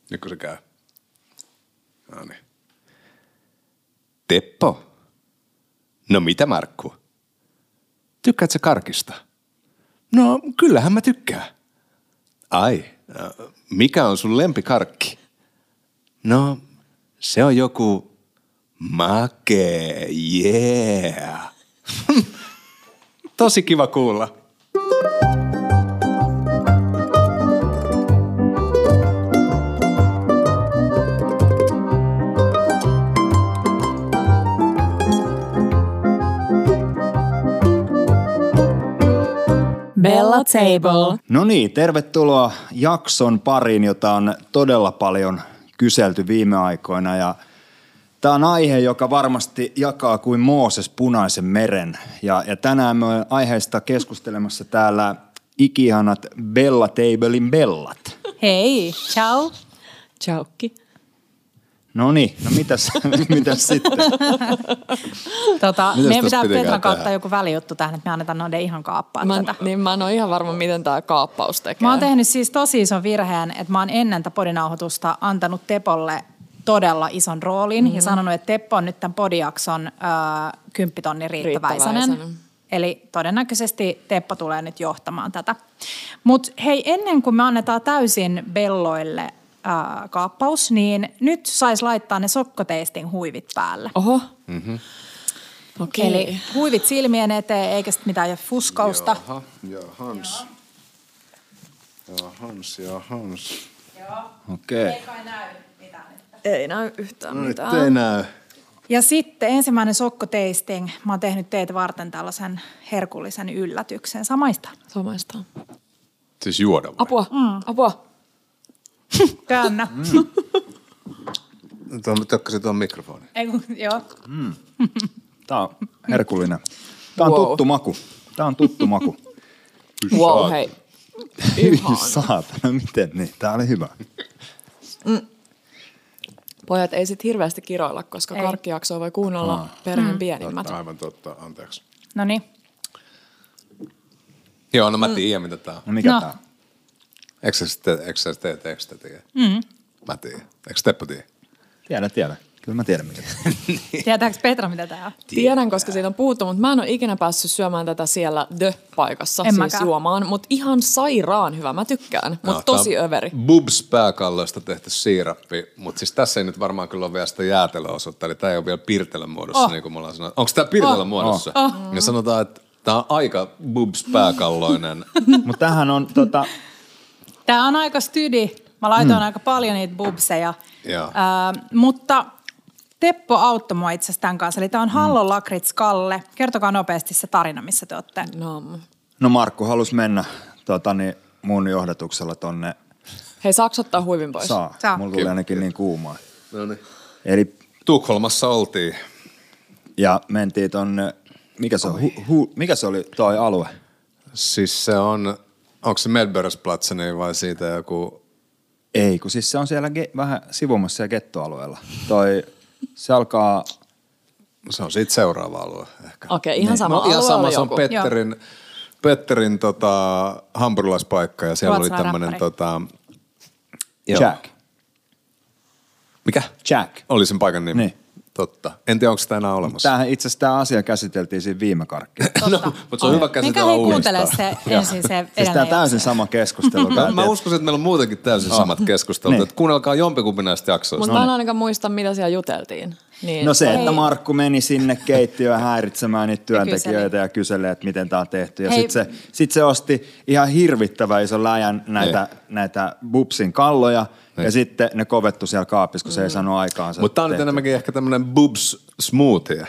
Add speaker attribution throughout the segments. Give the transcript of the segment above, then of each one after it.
Speaker 1: Nyt kun se käy. No niin. Teppo. No mitä, Markku? Tykkäätkö sä karkista? No, kyllähän mä tykkään. Ai, mikä on sun lempikarkki? No, se on joku makee, yeah. Tosi kiva kuulla.
Speaker 2: Bella Table.
Speaker 3: No niin, tervetuloa jakson pariin, jota on todella paljon kyselty viime aikoina. Ja tämä on aihe, joka varmasti jakaa kuin Mooses Punaisen meren. Ja tänään me olemme aiheesta keskustelemassa täällä ikihanat Bella Tablein bellat.
Speaker 2: Hei, ciao. Ciaukki.
Speaker 3: No niin, no mitäs sitten?
Speaker 2: Meidän pitää Petran kautta joku välijuttu tähän, että me annetaan noiden ihan kaappaa tätä.
Speaker 4: Niin mä en ole ihan varma, miten tämä kaappaus tekee.
Speaker 2: Mä oon tehnyt siis tosi ison virheen, että mä oon ennen tätä podinauhoitusta antanut Tepolle todella ison roolin ja sanonut, että Teppo on nyt tämän podijakson 10 tonnin riittäväisänen. Eli todennäköisesti Teppo tulee nyt johtamaan tätä. Mutta hei, ennen kuin me annetaan täysin belloille kaappaus, niin nyt sais laittaa ne sokkoteistin huivit päälle.
Speaker 4: Oho. Mm-hmm.
Speaker 2: Okay. Eli huivit silmien eteen, eikä sitten mitään fuskausta.
Speaker 1: Jahans.
Speaker 2: Joo.
Speaker 3: Okei.
Speaker 2: Ei kai näy mitään.
Speaker 4: Ei näy yhtään mitään.
Speaker 1: Ei näy.
Speaker 2: Ja sitten ensimmäinen sokkoteisting. Mä oon tehnyt teitä varten tällaisen herkullisen yllätyksen. Samaista.
Speaker 1: Siis juoda vai?
Speaker 4: Apua.
Speaker 2: Käännä.
Speaker 1: Tökkäsin tuohon mikrofoniin.
Speaker 2: Joo.
Speaker 3: Tämä on herkullinen. Tämä on tuttu maku.
Speaker 4: Wow, hei.
Speaker 3: Ihan. Saatana, miten niin? Tämä oli hyvä.
Speaker 4: Pojat ei sit hirveästi kiroilla, koska karkkijaksoa voi kuunnella perheen pienimmät.
Speaker 1: Aivan totta, anteeksi.
Speaker 2: Noniin.
Speaker 1: Joo, no mä tiedän mitä tää on.
Speaker 3: No mikä tää on?
Speaker 1: Eikö sä tiedä? Mä tiedän. Eikö Teppo tiedä?
Speaker 3: Tiedän. Kyllä mä tiedän mikä tää on.
Speaker 2: Tietääkö Petra mitä tää on?
Speaker 4: Tiedän, koska siitä on puhuttu, mutta mä en ole ikinä päässyt syömään tätä siellä The-paikassa,
Speaker 2: En
Speaker 4: siis
Speaker 2: mäkään.
Speaker 4: juomaan. Mutta ihan sairaan hyvä, mä tykkään, mutta tosi överi.
Speaker 1: Bubs pääkalloista tehty siirappi, mutta siis tässä ei nyt varmaan kyllä ole vielä sitä jäätelöosuutta, eli tää ei ole vielä pirtelön muodossa, niin kuin me ollaan sanonut. Onko tää pirtelön muodossa? Ja sanotaan, että tää on aika Bubs pääkalloinen.
Speaker 3: Mutta tämähän on
Speaker 2: Tää on aika stydi. Mä laitoin aika paljon niitä bubseja.
Speaker 1: Joo.
Speaker 2: Mutta Teppo auttoi mua itse asiassa tämän kanssa. Eli tää on Hallon Lakrits Kalle. Kertokaa nopeasti se tarina, missä te olette.
Speaker 3: No Markku halusi mennä mun johdatuksella tonne.
Speaker 4: Hei, saaks ottaa huivin pois?
Speaker 3: Saa. Mulla tuli ainakin niin kuumaa.
Speaker 1: Noniin.
Speaker 3: Eli
Speaker 1: Tukholmassa oltiin.
Speaker 3: ja mentiin tonne, mikä se on? Mikä se oli toi alue?
Speaker 1: Siis se on, onko se Medbergsplatseni vai siitä joku?
Speaker 3: Ei, kun siis se on siellä vähän sivumassa ja gettoalueella. Se alkaa.
Speaker 1: Se on siitä seuraava alue ehkä.
Speaker 4: Okei, ihan sama alue
Speaker 1: ihan sama,
Speaker 4: oli
Speaker 1: se on
Speaker 4: joku.
Speaker 2: Petterin
Speaker 1: hampurilaispaikka ja siellä oli
Speaker 2: Ruotsalainen
Speaker 1: tämmönen
Speaker 3: Jack.
Speaker 1: Mikä?
Speaker 3: Jack.
Speaker 1: Oli sen paikan nimi.
Speaker 3: Niin.
Speaker 1: Totta. En tiedä, onko sitä enää olemassa.
Speaker 3: Itse asiassa tämä asia käsiteltiin siinä viime karkkia.
Speaker 1: No, mutta se on hyvä käsitellä
Speaker 2: Mikä
Speaker 1: uudestaan.
Speaker 2: kuuntele se ensin se
Speaker 3: Siis
Speaker 2: edellinen
Speaker 3: tämä täysin sama keskustelu.
Speaker 1: Mä uskoisin, että meillä on muutenkin täysin samat keskustelut.
Speaker 3: Niin.
Speaker 1: Kuunnelkaa jompikumpi näistä jaksoista.
Speaker 4: Mutta mä en ainakaan muista, mitä siellä juteltiin. Niin.
Speaker 3: No se, että Markku meni sinne keittiöön häiritsemään niitä työntekijöitä ja kyselee, että miten tämä on tehty. Ja sit se osti ihan hirvittävän ison läjän näitä bubsin kalloja. Ja sitten ne kovettu siellä kaapissa, kun se ei saanut aikaansa.
Speaker 1: Mutta tää on nyt enemmänkin ehkä tämmönen bubs smoothie.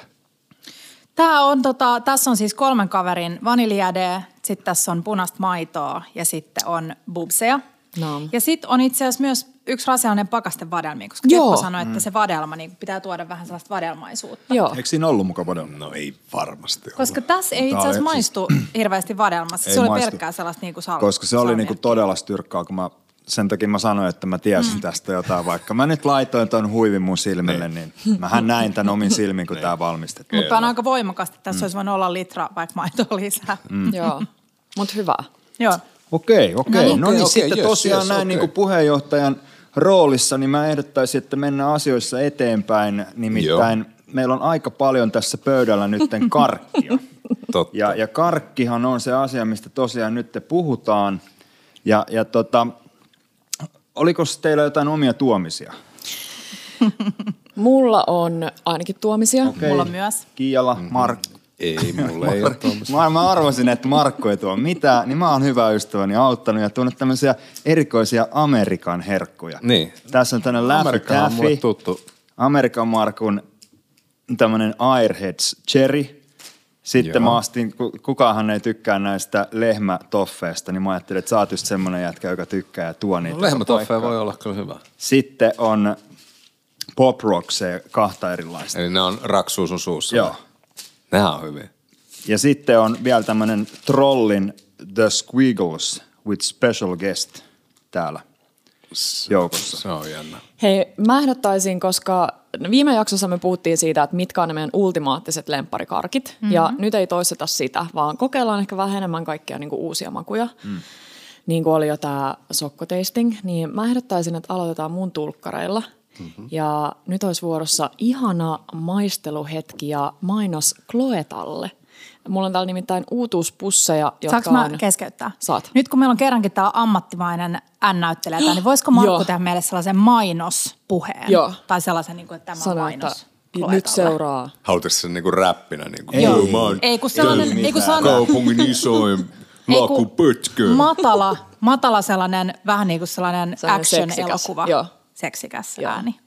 Speaker 2: Tässä on siis 3 kaverin vaniljäde, sitten tässä on punaista maitoa ja sitten on bubseja.
Speaker 4: No.
Speaker 2: Ja sitten on itse asiassa myös yksi rasiallinen pakastevadelmia, koska Teppo sanoi, että se vadelma niin pitää tuoda vähän sellaista vadelmaisuutta.
Speaker 4: Joo.
Speaker 3: Eikö siinä ollut muka vadelma?
Speaker 1: No ei varmasti ole.
Speaker 2: Koska tässä ei itse asiassa maistu hirveästi vadelmassa. Se oli pelkkää sellaista niinku
Speaker 3: Koska se oli niinku todella styrkkaa, kun sen takia mä sanoin, että mä tiesin tästä jotain. Vaikka mä nyt laitoin ton huivin mun silmille, niin mähän näin tän omin silmin, kun tää valmistettiin.
Speaker 2: Mutta on aika voimakasta. Tässä olisi voinut olla litra, vaikka maitoa lisää.
Speaker 4: Joo, mutta hyvä.
Speaker 2: Joo.
Speaker 3: Okei. No niin, sitten tosiaan näin niin kuin puheenjohtajan roolissa, niin mä ehdottaisin, että mennään asioissa eteenpäin. Nimittäin meillä on aika paljon tässä pöydällä nytten karkkia.
Speaker 1: Totta.
Speaker 3: Ja karkkihan on se asia, mistä tosiaan nyt puhutaan. Ja oliko teillä jotain omia tuomisia?
Speaker 4: Mulla on ainakin tuomisia.
Speaker 3: Okay.
Speaker 2: Mulla on myös.
Speaker 3: Kiiala, Markku.
Speaker 1: Ei, mulla ei ole tuommoista.
Speaker 3: Mä arvasin, että Markku ei tuo mitään, niin mä oon hyvä ystäväni auttanut ja tuonut tämmöisiä erikoisia Amerikan herkkuja.
Speaker 1: Niin.
Speaker 3: Tässä on tämmöinen Laffy
Speaker 1: Amerikka on mulle
Speaker 3: Taffy,
Speaker 1: tuttu.
Speaker 3: Amerikan Markun tämmöinen Airheads Cherry. Sitten mä astin, kukaanhan ei tykkää näistä lehmätoffeista, niin mä ajattelin, että sä oot just semmoinen jätkä, joka tykkää ja tuo niitä.
Speaker 1: No, lehmätoffeja voi olla kyllä hyvä.
Speaker 3: Sitten on Pop Rocks, kahta erilaista.
Speaker 1: Eli ne on raksuu sun suussa.
Speaker 3: Joo.
Speaker 1: Nehän on hyviä.
Speaker 3: Ja sitten on vielä tämmöinen Trollin The Squiggles with Special Guest täällä joukossa.
Speaker 1: Se on jännä.
Speaker 4: Hei, mä ehdottaisin, koska viime jaksossa me puhuttiin siitä, että mitkä on ne meidän ultimaattiset lempparikarkit. Ja nyt ei toisteta sitä, vaan kokeillaan ehkä vähän enemmän kaikkia niin kuin uusia makuja. Niin kuin oli jo tää sokkotasting, niin mä ehdottaisin, että aloitetaan mun tulkkareilla. Ja nyt olisi vuorossa ihana maisteluhetki ja mainos Cloetalle. Mulla on täällä nimittäin uutuuspusseja, jotka
Speaker 2: Saanko mä keskeyttää?
Speaker 4: Saat.
Speaker 2: Nyt kun meillä on kerrankin tää ammattimainen N-näyttelijä, niin voisiko Markku tehdä meille sellaisen mainospuheen?
Speaker 4: Joo.
Speaker 2: Tai sellaisen, niin kuin, että tämä
Speaker 4: Sano,
Speaker 2: on mainos.
Speaker 4: että nyt seuraa.
Speaker 1: Haluaisi sen niinku räppinä. Niinku,
Speaker 2: Joo.
Speaker 1: Mä oon
Speaker 2: Ei kun sellainen, ei kun sellainen
Speaker 1: kaupungin isoin lakupötkö.
Speaker 2: matala sellainen, vähän niin kuin sellainen action-elokuva.
Speaker 4: Joo.
Speaker 2: Seksikäs
Speaker 4: Joo.
Speaker 2: ääni.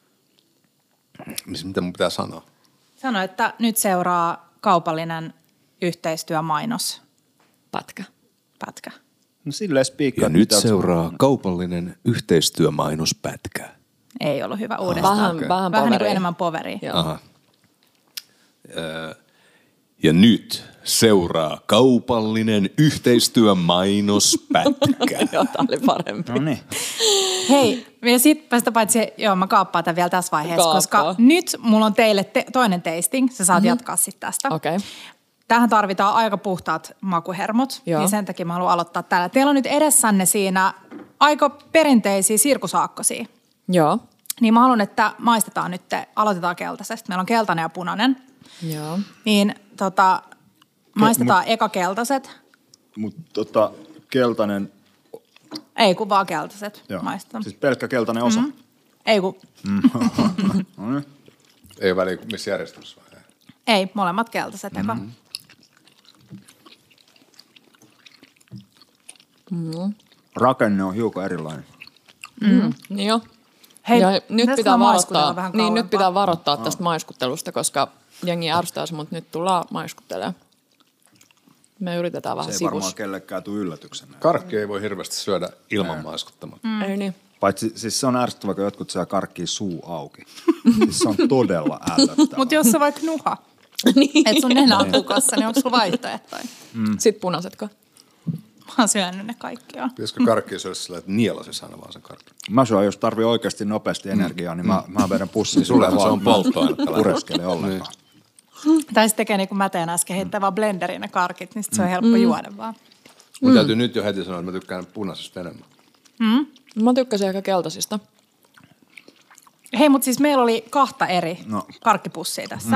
Speaker 1: Mitä mun pitää sanoa?
Speaker 2: Sano, että nyt seuraa kaupallinen yhteistyömainos. Pätkä.
Speaker 3: No silleen spiikkaa.
Speaker 1: Ja nyt seuraa kaupallinen yhteistyömainospätkä.
Speaker 2: Ei ollut hyvä uudestaan.
Speaker 4: Vähän
Speaker 2: niin kuin
Speaker 4: poveria.
Speaker 2: enemmän poveria.
Speaker 4: Joo.
Speaker 1: Aha. Ja nyt seuraa kaupallinen yhteistyömainospätkä.
Speaker 4: Joo, tää oli parempi.
Speaker 3: No niin.
Speaker 2: Hei, ja sitten sitä paitsi, mä kaappaan tämän vielä tässä vaiheessa,
Speaker 4: Kaappaa.
Speaker 2: koska nyt mulla on teille toinen tasting. Sä saat jatkaa sitten tästä.
Speaker 4: Okei.
Speaker 2: Tähän tarvitaan aika puhtaat makuhermot,
Speaker 4: Joo.
Speaker 2: niin sen takia mä haluan aloittaa täällä. Teillä on nyt edessänne siinä aika perinteisiä sirkusaakkosia.
Speaker 4: Joo.
Speaker 2: Niin mä haluan, että maistetaan nyt, aloitetaan keltaisesta. Meillä on keltainen ja punainen.
Speaker 4: Joo.
Speaker 2: Niin maistetaan eka keltaiset.
Speaker 3: Mutta keltainen,
Speaker 2: Ei kun vaan keltaiset
Speaker 3: joo.
Speaker 2: maistetaan.
Speaker 3: Siis pelkkä keltainen osa.
Speaker 2: Ei kun,
Speaker 1: Ei väliä, missä järjestyksessä vai?
Speaker 2: ei, molemmat keltaiset eka.
Speaker 3: Rakenne on hiukan erilainen.
Speaker 4: Niin jo.
Speaker 2: Hei,
Speaker 4: ja nyt
Speaker 2: pitäisikö
Speaker 4: pitää
Speaker 2: mä maiskutella
Speaker 4: varoittaa,
Speaker 2: vähän
Speaker 4: niin nyt
Speaker 2: kauempaa?
Speaker 4: pitää varoittaa tästä maiskuttelusta, koska jengi ärsyttäisi, mutta nyt tullaan maiskuttelemaan. Me yritetään vähän
Speaker 3: Se ei
Speaker 4: sivus.
Speaker 3: varmaan kellekään tule yllätyksenä.
Speaker 1: Karkki ei voi hirveästi syödä ilman maiskuttamatta.
Speaker 4: Ei niin.
Speaker 3: Paitsi siis se on ärsyttävää, kun jotkut syö karkkia suu auki. Siis se on todella ällöttävää.
Speaker 2: Mutta jos sä vaikka nuha, että sun nenä on tukassa, niin onko sulla vaihtoehtoja?
Speaker 4: Sitten punaisetko?
Speaker 2: Mä oon syönyt ne kaikki jo.
Speaker 1: Pitäisikö karkkia syödä sillä, että nielasis aina vaan sen karkki?
Speaker 3: Mä syön, jos tarvii oikeasti nopeasti energiaa, niin mä vedän pussiin.
Speaker 1: Sullehan se on polttoainetta.
Speaker 3: Pureskele ollenkaan.
Speaker 2: Tai sitten tekee niin kuin mä teen äsken, heittää vaan blenderiin ne karkit, niin sit se on helppo juoda vaan.
Speaker 1: Mun täytyy nyt jo heti sanoa, että mä tykkään punaisesta enemmän.
Speaker 4: Mä tykkäsin ehkä keltaisista.
Speaker 2: Hei, mutta siis meillä oli 2 eri karkkipussia tässä.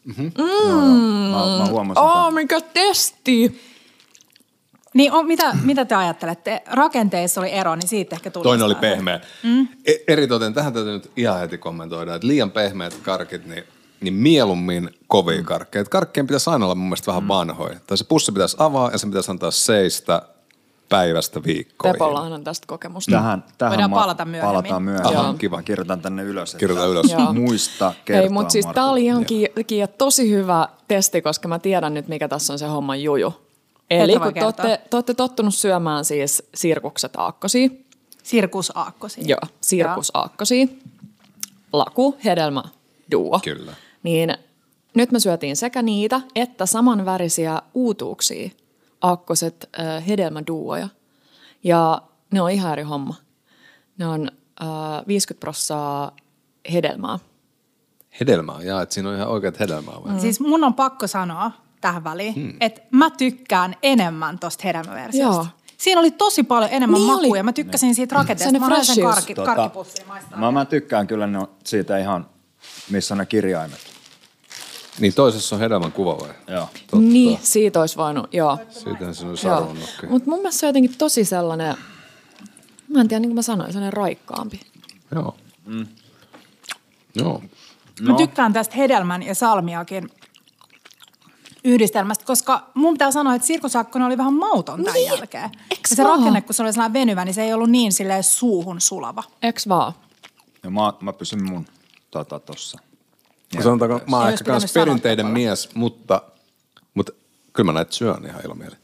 Speaker 3: Mä huomasin tämän.
Speaker 4: Mikä testi!
Speaker 2: Niin mitä te ajattelette? Rakenteissa oli ero, niin siitä ehkä tuli.
Speaker 1: Toinen oli pehmeä. Eritoten, tähän täytyy nyt ihan heti kommentoida, että liian pehmeät karkit, niin mieluummin kovia karkkeja. Karkkien pitäisi aina olla mun mielestä vähän vanhoja. Tai se pussi pitäisi avaa ja sen pitäisi antaa seistä päivästä viikkoihin.
Speaker 4: Tepollahan on tästä kokemusta.
Speaker 3: Tähän
Speaker 2: Voidaan palata myöhemmin.
Speaker 3: Palataan myöhemmin.
Speaker 1: Aha, kiva.
Speaker 3: Mä kirjoitan tänne ylös.
Speaker 1: Kirjoita ylös.
Speaker 4: Joo.
Speaker 3: Muista kertoa,
Speaker 4: Hei, mutta siis
Speaker 3: Markku.
Speaker 4: tää oli ihan ja tosi hyvä testi, koska mä tiedän nyt, mikä tässä on se homman juju. Eli
Speaker 2: Petra voi
Speaker 4: kun te ootte tottunut syömään siis sirkukset aakkosia.
Speaker 2: Sirkusaakkosia.
Speaker 4: Joo, sirkusaakkosia. Laku, hedelmä, duo.
Speaker 1: Kyllä.
Speaker 4: Niin nyt me syötiin sekä niitä, että samanvärisiä uutuuksia, aakkoset, hedelmäduoja. Ja ne on ihan eri homma. Ne on 50% hedelmää.
Speaker 1: Hedelmää, jaa, että siinä on ihan oikeat hedelmää vai?
Speaker 2: Siis mun on pakko sanoa tähän väliin, että mä tykkään enemmän tosta hedelmäversiosta.
Speaker 4: Joo.
Speaker 2: Siinä oli tosi paljon enemmän makuja. Mä tykkäsin siitä rakenteesta. Mä haluan sen karkkipussin maistaa.
Speaker 3: Mä tykkään kyllä siitä ihan, missä on ne kirjaimet.
Speaker 1: Niin toisessa on hedelmän kuva vai?
Speaker 3: Joo.
Speaker 1: Totta.
Speaker 4: Niin, siitä olisi voinut, joo.
Speaker 1: Siitähän se olisi arvonnutkin.
Speaker 4: Mutta mun mielestä se on jotenkin tosi sellainen, mä en tiedä, niin kuin mä sanoin, sellainen raikkaampi.
Speaker 1: Joo. Joo.
Speaker 2: Mä tykkään tästä hedelmän ja salmiakin yhdistelmästä, koska mun pitää sanoa, että sirkusakkonen oli vähän mauton tämän jälkeen. Ja se rakenne, kun se oli sellainen venyvä, niin se ei ollut niin silleen suuhun sulava.
Speaker 4: Eks vaan?
Speaker 3: Ja mä pysyn mun tossa.
Speaker 1: Sanotaanko, mä oon ehkä kans perinteiden mies, mutta kyllä mä näitä syön ihan ilomielin.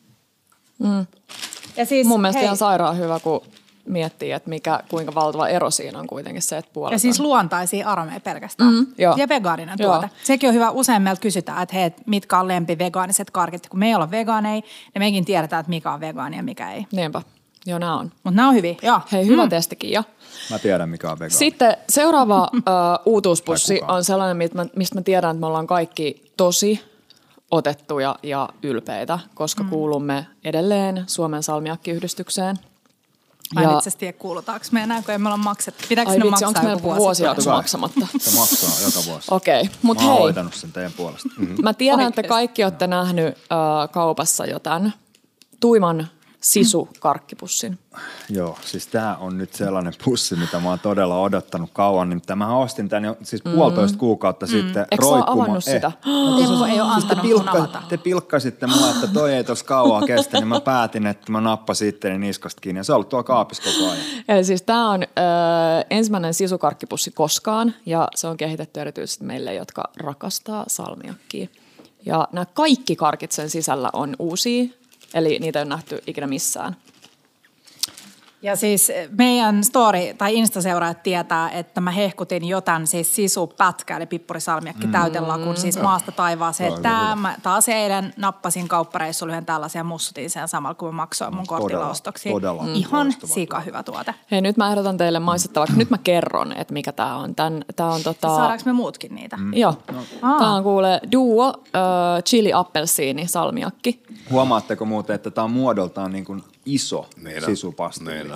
Speaker 2: Ja siis,
Speaker 4: mun mielestä ihan sairaan hyvä, kun miettii, että kuinka valtava ero siinä on kuitenkin se, että puolet.
Speaker 2: Ja siis luontaisia aromeja pelkästään. Ja vegaaninen tuote. Sekin on hyvä. Usein meiltä kysytään, että hei, mitkä on lempivegaaniset karkit. Kun me ei olla vegaaneja, niin mekin tiedetään, että mikä on vegaani ja mikä ei.
Speaker 4: Niinpä. Joo, nämä on.
Speaker 2: Mutta nämä on hyviä. Joo.
Speaker 4: Hei, hyvä testikin jo.
Speaker 3: Mä tiedän, mikä on vegaani.
Speaker 4: Sitten seuraava uutuuspussi on sellainen, mistä mä tiedän, että me ollaan kaikki tosi otettuja ja ylpeitä, koska kuulumme edelleen Suomen salmiakkiyhdistykseen.
Speaker 2: Mä en itse asiassa tiedä, kuulutaanko me enää, kun emme olla maksettu. Pitääkö ne maksaa
Speaker 4: onko meillä vuosijakso maksamatta?
Speaker 3: Se maksaa joka vuosi.
Speaker 4: Okei, mutta
Speaker 3: hei. Mä oon
Speaker 4: hei.
Speaker 3: hoitanut sen teidän puolesta.
Speaker 4: Mä tiedän, että kaikki olette nähnyt kaupassa jo tämän tuiman sisu-karkkipussin.
Speaker 3: Joo, siis tää on nyt sellainen pussi, mitä mä oon todella odottanut kauan. Nimittäin mä ostin tän jo siis 1,5 kuukautta sitten.
Speaker 4: Eikö sä avannut sitä?
Speaker 2: Teppo ei ole antanut mun avata.
Speaker 3: Te pilkkasitte mulle, että toi ei tossa kauan kestä, niin mä päätin, että mä nappasin itteni niskasta kiinni. Ja se on ollut tuolla kaapissa koko ajan.
Speaker 4: Eli siis tää on ensimmäinen sisukarkkipussi koskaan, ja se on kehitetty erityisesti meille, jotka rakastaa salmiakkia. Ja nämä kaikki karkit sen sisällä on uusia. Eli niitä ei ole nähty ikinä missään.
Speaker 2: Ja siis meidän story- tai Insta-seuraajat tietää, että mä hehkutin jotain siis sisupätkää, eli pippurisalmiakki täytelakun, siis maasta taivaaseen. Mä taas eilen nappasin kauppareissulla yhden tällaisen ja mussutin sen samalla, kun mä maksoin mun kortilla ostoksia. Ihan sika hyvä tuote.
Speaker 4: Hei, nyt mä ehdotan teille maistettavaksi. Nyt mä kerron, että mikä tää on. Tää on
Speaker 2: Saadaanko me muutkin niitä?
Speaker 4: Joo. Tää on kuule duo chili appelsiini salmiakki.
Speaker 3: Huomaatteko muuten, että tää on muodoltaan niin kuin iso sisupastilli?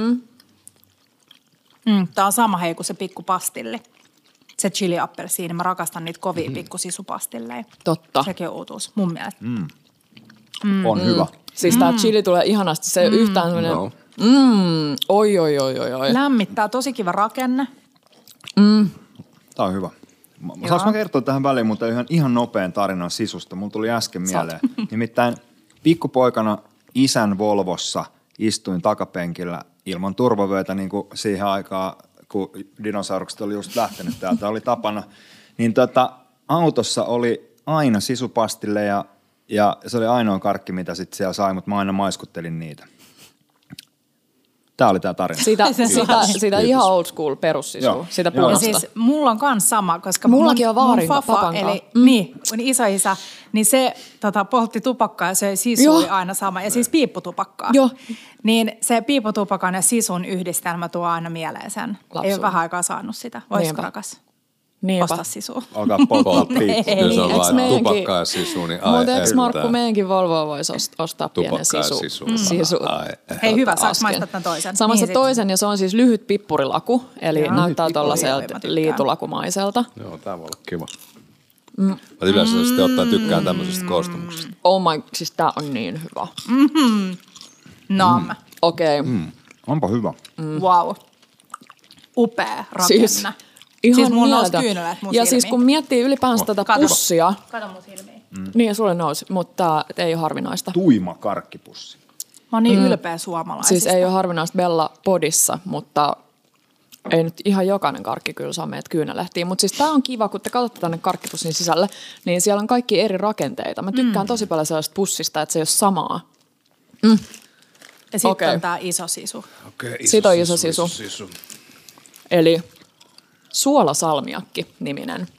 Speaker 2: Tää on sama hei kuin se pikkupastilli. Se chili appelsiini. Mä rakastan niitä kovia pikkusisupastilleja.
Speaker 4: Totta.
Speaker 2: Sekin on uutuus, mun mielestä.
Speaker 3: On hyvä.
Speaker 4: Siis tää chili tulee ihanasti. Se ei ole yhtään semmoinen...
Speaker 1: No.
Speaker 4: Oi.
Speaker 2: Lämmittää, tosi kiva rakenne.
Speaker 3: Tää on hyvä. Saanko mä kertoa tähän väliin muuten ihan nopean tarinan sisusta? Mulla tuli äsken mieleen. Nimittäin pikkupoikana isän Volvossa istuin takapenkillä ilman turvavyötä, niin kuin siihen aikaan, kun dinosaurukset oli just lähtenyt täältä, oli tapana. Niin autossa oli aina sisupastille ja se oli ainoa karkki, mitä sitten siellä sai, mutta mä aina maiskuttelin niitä. Tää oli tää tarina.
Speaker 4: Sitä ihan old school perussisua, sitä punaista.
Speaker 2: Ja siis mulla on kans sama, koska
Speaker 4: mullakin on vaarin
Speaker 2: mun fafa,
Speaker 4: papankaan.
Speaker 2: eli mun isoisä, niin se poltti tupakkaa ja söi sisui aina sama. Ja siis piipputupakkaa.
Speaker 4: Joo.
Speaker 2: Niin se piipputupakan ja sisun yhdistelmä tuo aina mieleen sen. Ei ole vähän aikaa saanut sitä. Voisiko rakas? Ostaa sisua.
Speaker 3: Alkaa polttaa piippu.
Speaker 1: Kyllä se on vaan tupakkaa ja sisu, niin
Speaker 4: mutta eikö Markku meidänkin Volvoa voisi ostaa pienen sisu?
Speaker 2: Hei hyvä, saanko maistaa tämän toisen?
Speaker 4: Samassa niin toisen, ja se on siis lyhyt pippurilaku, eli näyttää tuollaiselta liitulakumaiselta.
Speaker 1: Joo, tää voi olla kiva. Mä yleensä sitten ottaa tykkään tämmöisestä koostumuksesta.
Speaker 4: Oh my, siis tää on niin hyvä. Okei.
Speaker 3: Onpa hyvä.
Speaker 2: Wow. Upea rakenne.
Speaker 4: Siis ihan
Speaker 2: mulla nousi kyynelät mun
Speaker 4: ja
Speaker 2: silmiin.
Speaker 4: siis kun miettii ylipäänsä tätä pussia.
Speaker 2: Kato mun silmiin.
Speaker 4: Niin, sulle nousi, mutta ei ole harvinaista.
Speaker 3: Tuima karkkipussi.
Speaker 2: Mä oon niin ylpeä suomalaisista.
Speaker 4: Siis ei ole harvinaista Bella Podissa, mutta ei nyt ihan jokainen karkki kyllä saa meidät kyynelehtiin. Mutta siis tää on kiva, kun te katsotte tänne karkkipussin sisälle, niin siellä on kaikki eri rakenteita. Mä tykkään tosi paljon sellaista pussista, että se ei ole samaa.
Speaker 2: Ja sitten on tää iso sisu.
Speaker 4: Siitä on iso sisu. Eli suolasalmiakki-niminen.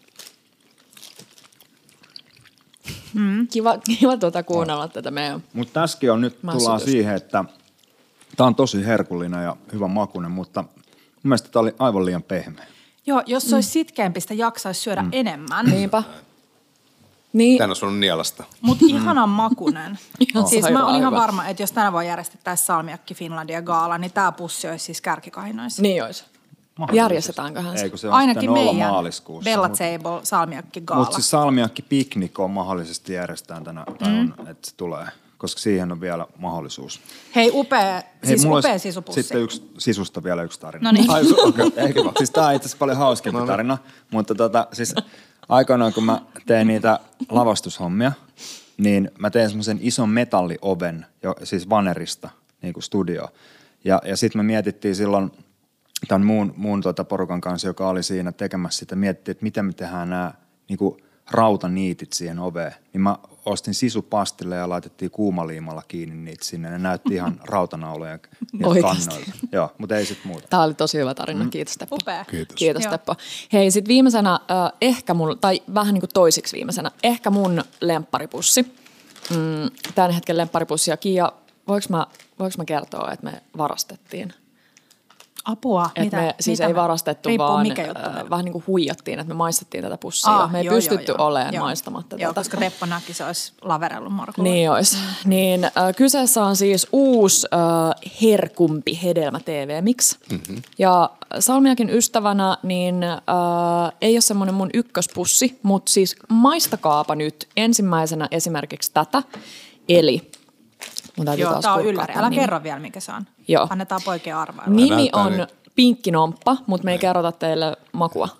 Speaker 4: Kiva kuunnella tätä meidän.
Speaker 3: Mutta tässäkin on nyt tullaan siihen, että tää on tosi herkullinen ja hyvän makuinen, mutta mun mielestä tää oli aivan liian pehmeä.
Speaker 2: Joo, jos se olisi sitkeämpi, sitä jaksaisi syödä enemmän.
Speaker 4: Niinpä. Niin.
Speaker 1: Tän on sun nielasta.
Speaker 2: Mutta ihanan makunen. Siis mä
Speaker 4: sairaan
Speaker 2: olin ihan
Speaker 4: hyvä.
Speaker 2: varma, että jos tänä vuonna järjestettäisiin Salmiakki Finlandia gaala, niin tää pussi olisi siis kärkikahinoissa.
Speaker 4: Niin olisi. Järjestetäänköhän se?
Speaker 3: Ei, kun se on
Speaker 2: Ainakin
Speaker 3: pitänyt olla
Speaker 2: meidän
Speaker 3: maaliskuussa.
Speaker 2: Bella Table Salmiakki gaala.
Speaker 3: Mutta siis Salmiakki Piknik on mahdollisesti järjestetään tänä, että se tulee, koska siihen on vielä mahdollisuus.
Speaker 2: Hei, upea, siis
Speaker 3: mulla
Speaker 2: upea
Speaker 3: olisi
Speaker 2: sisupussi.
Speaker 3: Sitten sisusta vielä yksi tarina.
Speaker 2: No niin.
Speaker 3: Eikö vaan? Siis tää on itse asiassa paljon hauskempi tarina, mutta siis aikoinaan kun mä tein niitä lavastushommia, niin mä tein semmoisen ison metallioven, siis vanerista, niin kuin studio. Ja sitten me mietittiin silloin tämän muun porukan kanssa, joka oli siinä tekemässä sitä, mietittiin, että miten me tehdään nämä niin kuin rautaniitit siihen oveen. Niin mä ostin sisupastille ja laitettiin kuumaliimalla kiinni niitä sinne. Ne näytti ihan rautanauloja niiltä
Speaker 4: Oikeasti?
Speaker 3: kannoilta. Joo, mutta ei sit muuta.
Speaker 4: Tämä oli tosi hyvä tarina. Kiitos, Teppo.
Speaker 2: Upea.
Speaker 4: Kiitos,
Speaker 2: Joo.
Speaker 4: Teppo. Hei, sitten viimeisenä ehkä mun, tai vähän niin kuin toisiksi viimeisenä, ehkä mun lempparipussi. Tämän hetken lempparipussi. Ja Kiia, voiko mä kertoa, että me varastettiin?
Speaker 2: Apua,
Speaker 4: Et me siis ei varastettu,
Speaker 2: Riippuu
Speaker 4: vaan
Speaker 2: mikä juttu.
Speaker 4: vähän niin kuin huijattiin, että me maistettiin tätä pussia. Me ei pystytty olemaan
Speaker 2: Joo.
Speaker 4: maistamatta
Speaker 2: Joo,
Speaker 4: tätä.
Speaker 2: koska Teppo näki, se olisi laverellut Markulla.
Speaker 4: Niin olisi. Niin, kyseessä on siis uusi herkumpi hedelmä TV Mix. Ja Salmiakin ystävänä niin ei ole semmoinen mun ykköspussi, mutta siis maistakaapa nyt ensimmäisenä esimerkiksi tätä. Eli mun täytyy
Speaker 2: Joo,
Speaker 4: taas
Speaker 2: tää on
Speaker 4: kurkkaa
Speaker 2: ylläri.
Speaker 4: tän
Speaker 2: Älä
Speaker 4: nimen.
Speaker 2: kerro vielä, mikä se on.
Speaker 4: Joo.
Speaker 2: Annetaan poikien arvailla.
Speaker 4: Nimi
Speaker 1: Näyttää
Speaker 4: on
Speaker 1: nyt.
Speaker 4: Pinkkinomppa, mutta me ei kerrota teille makua.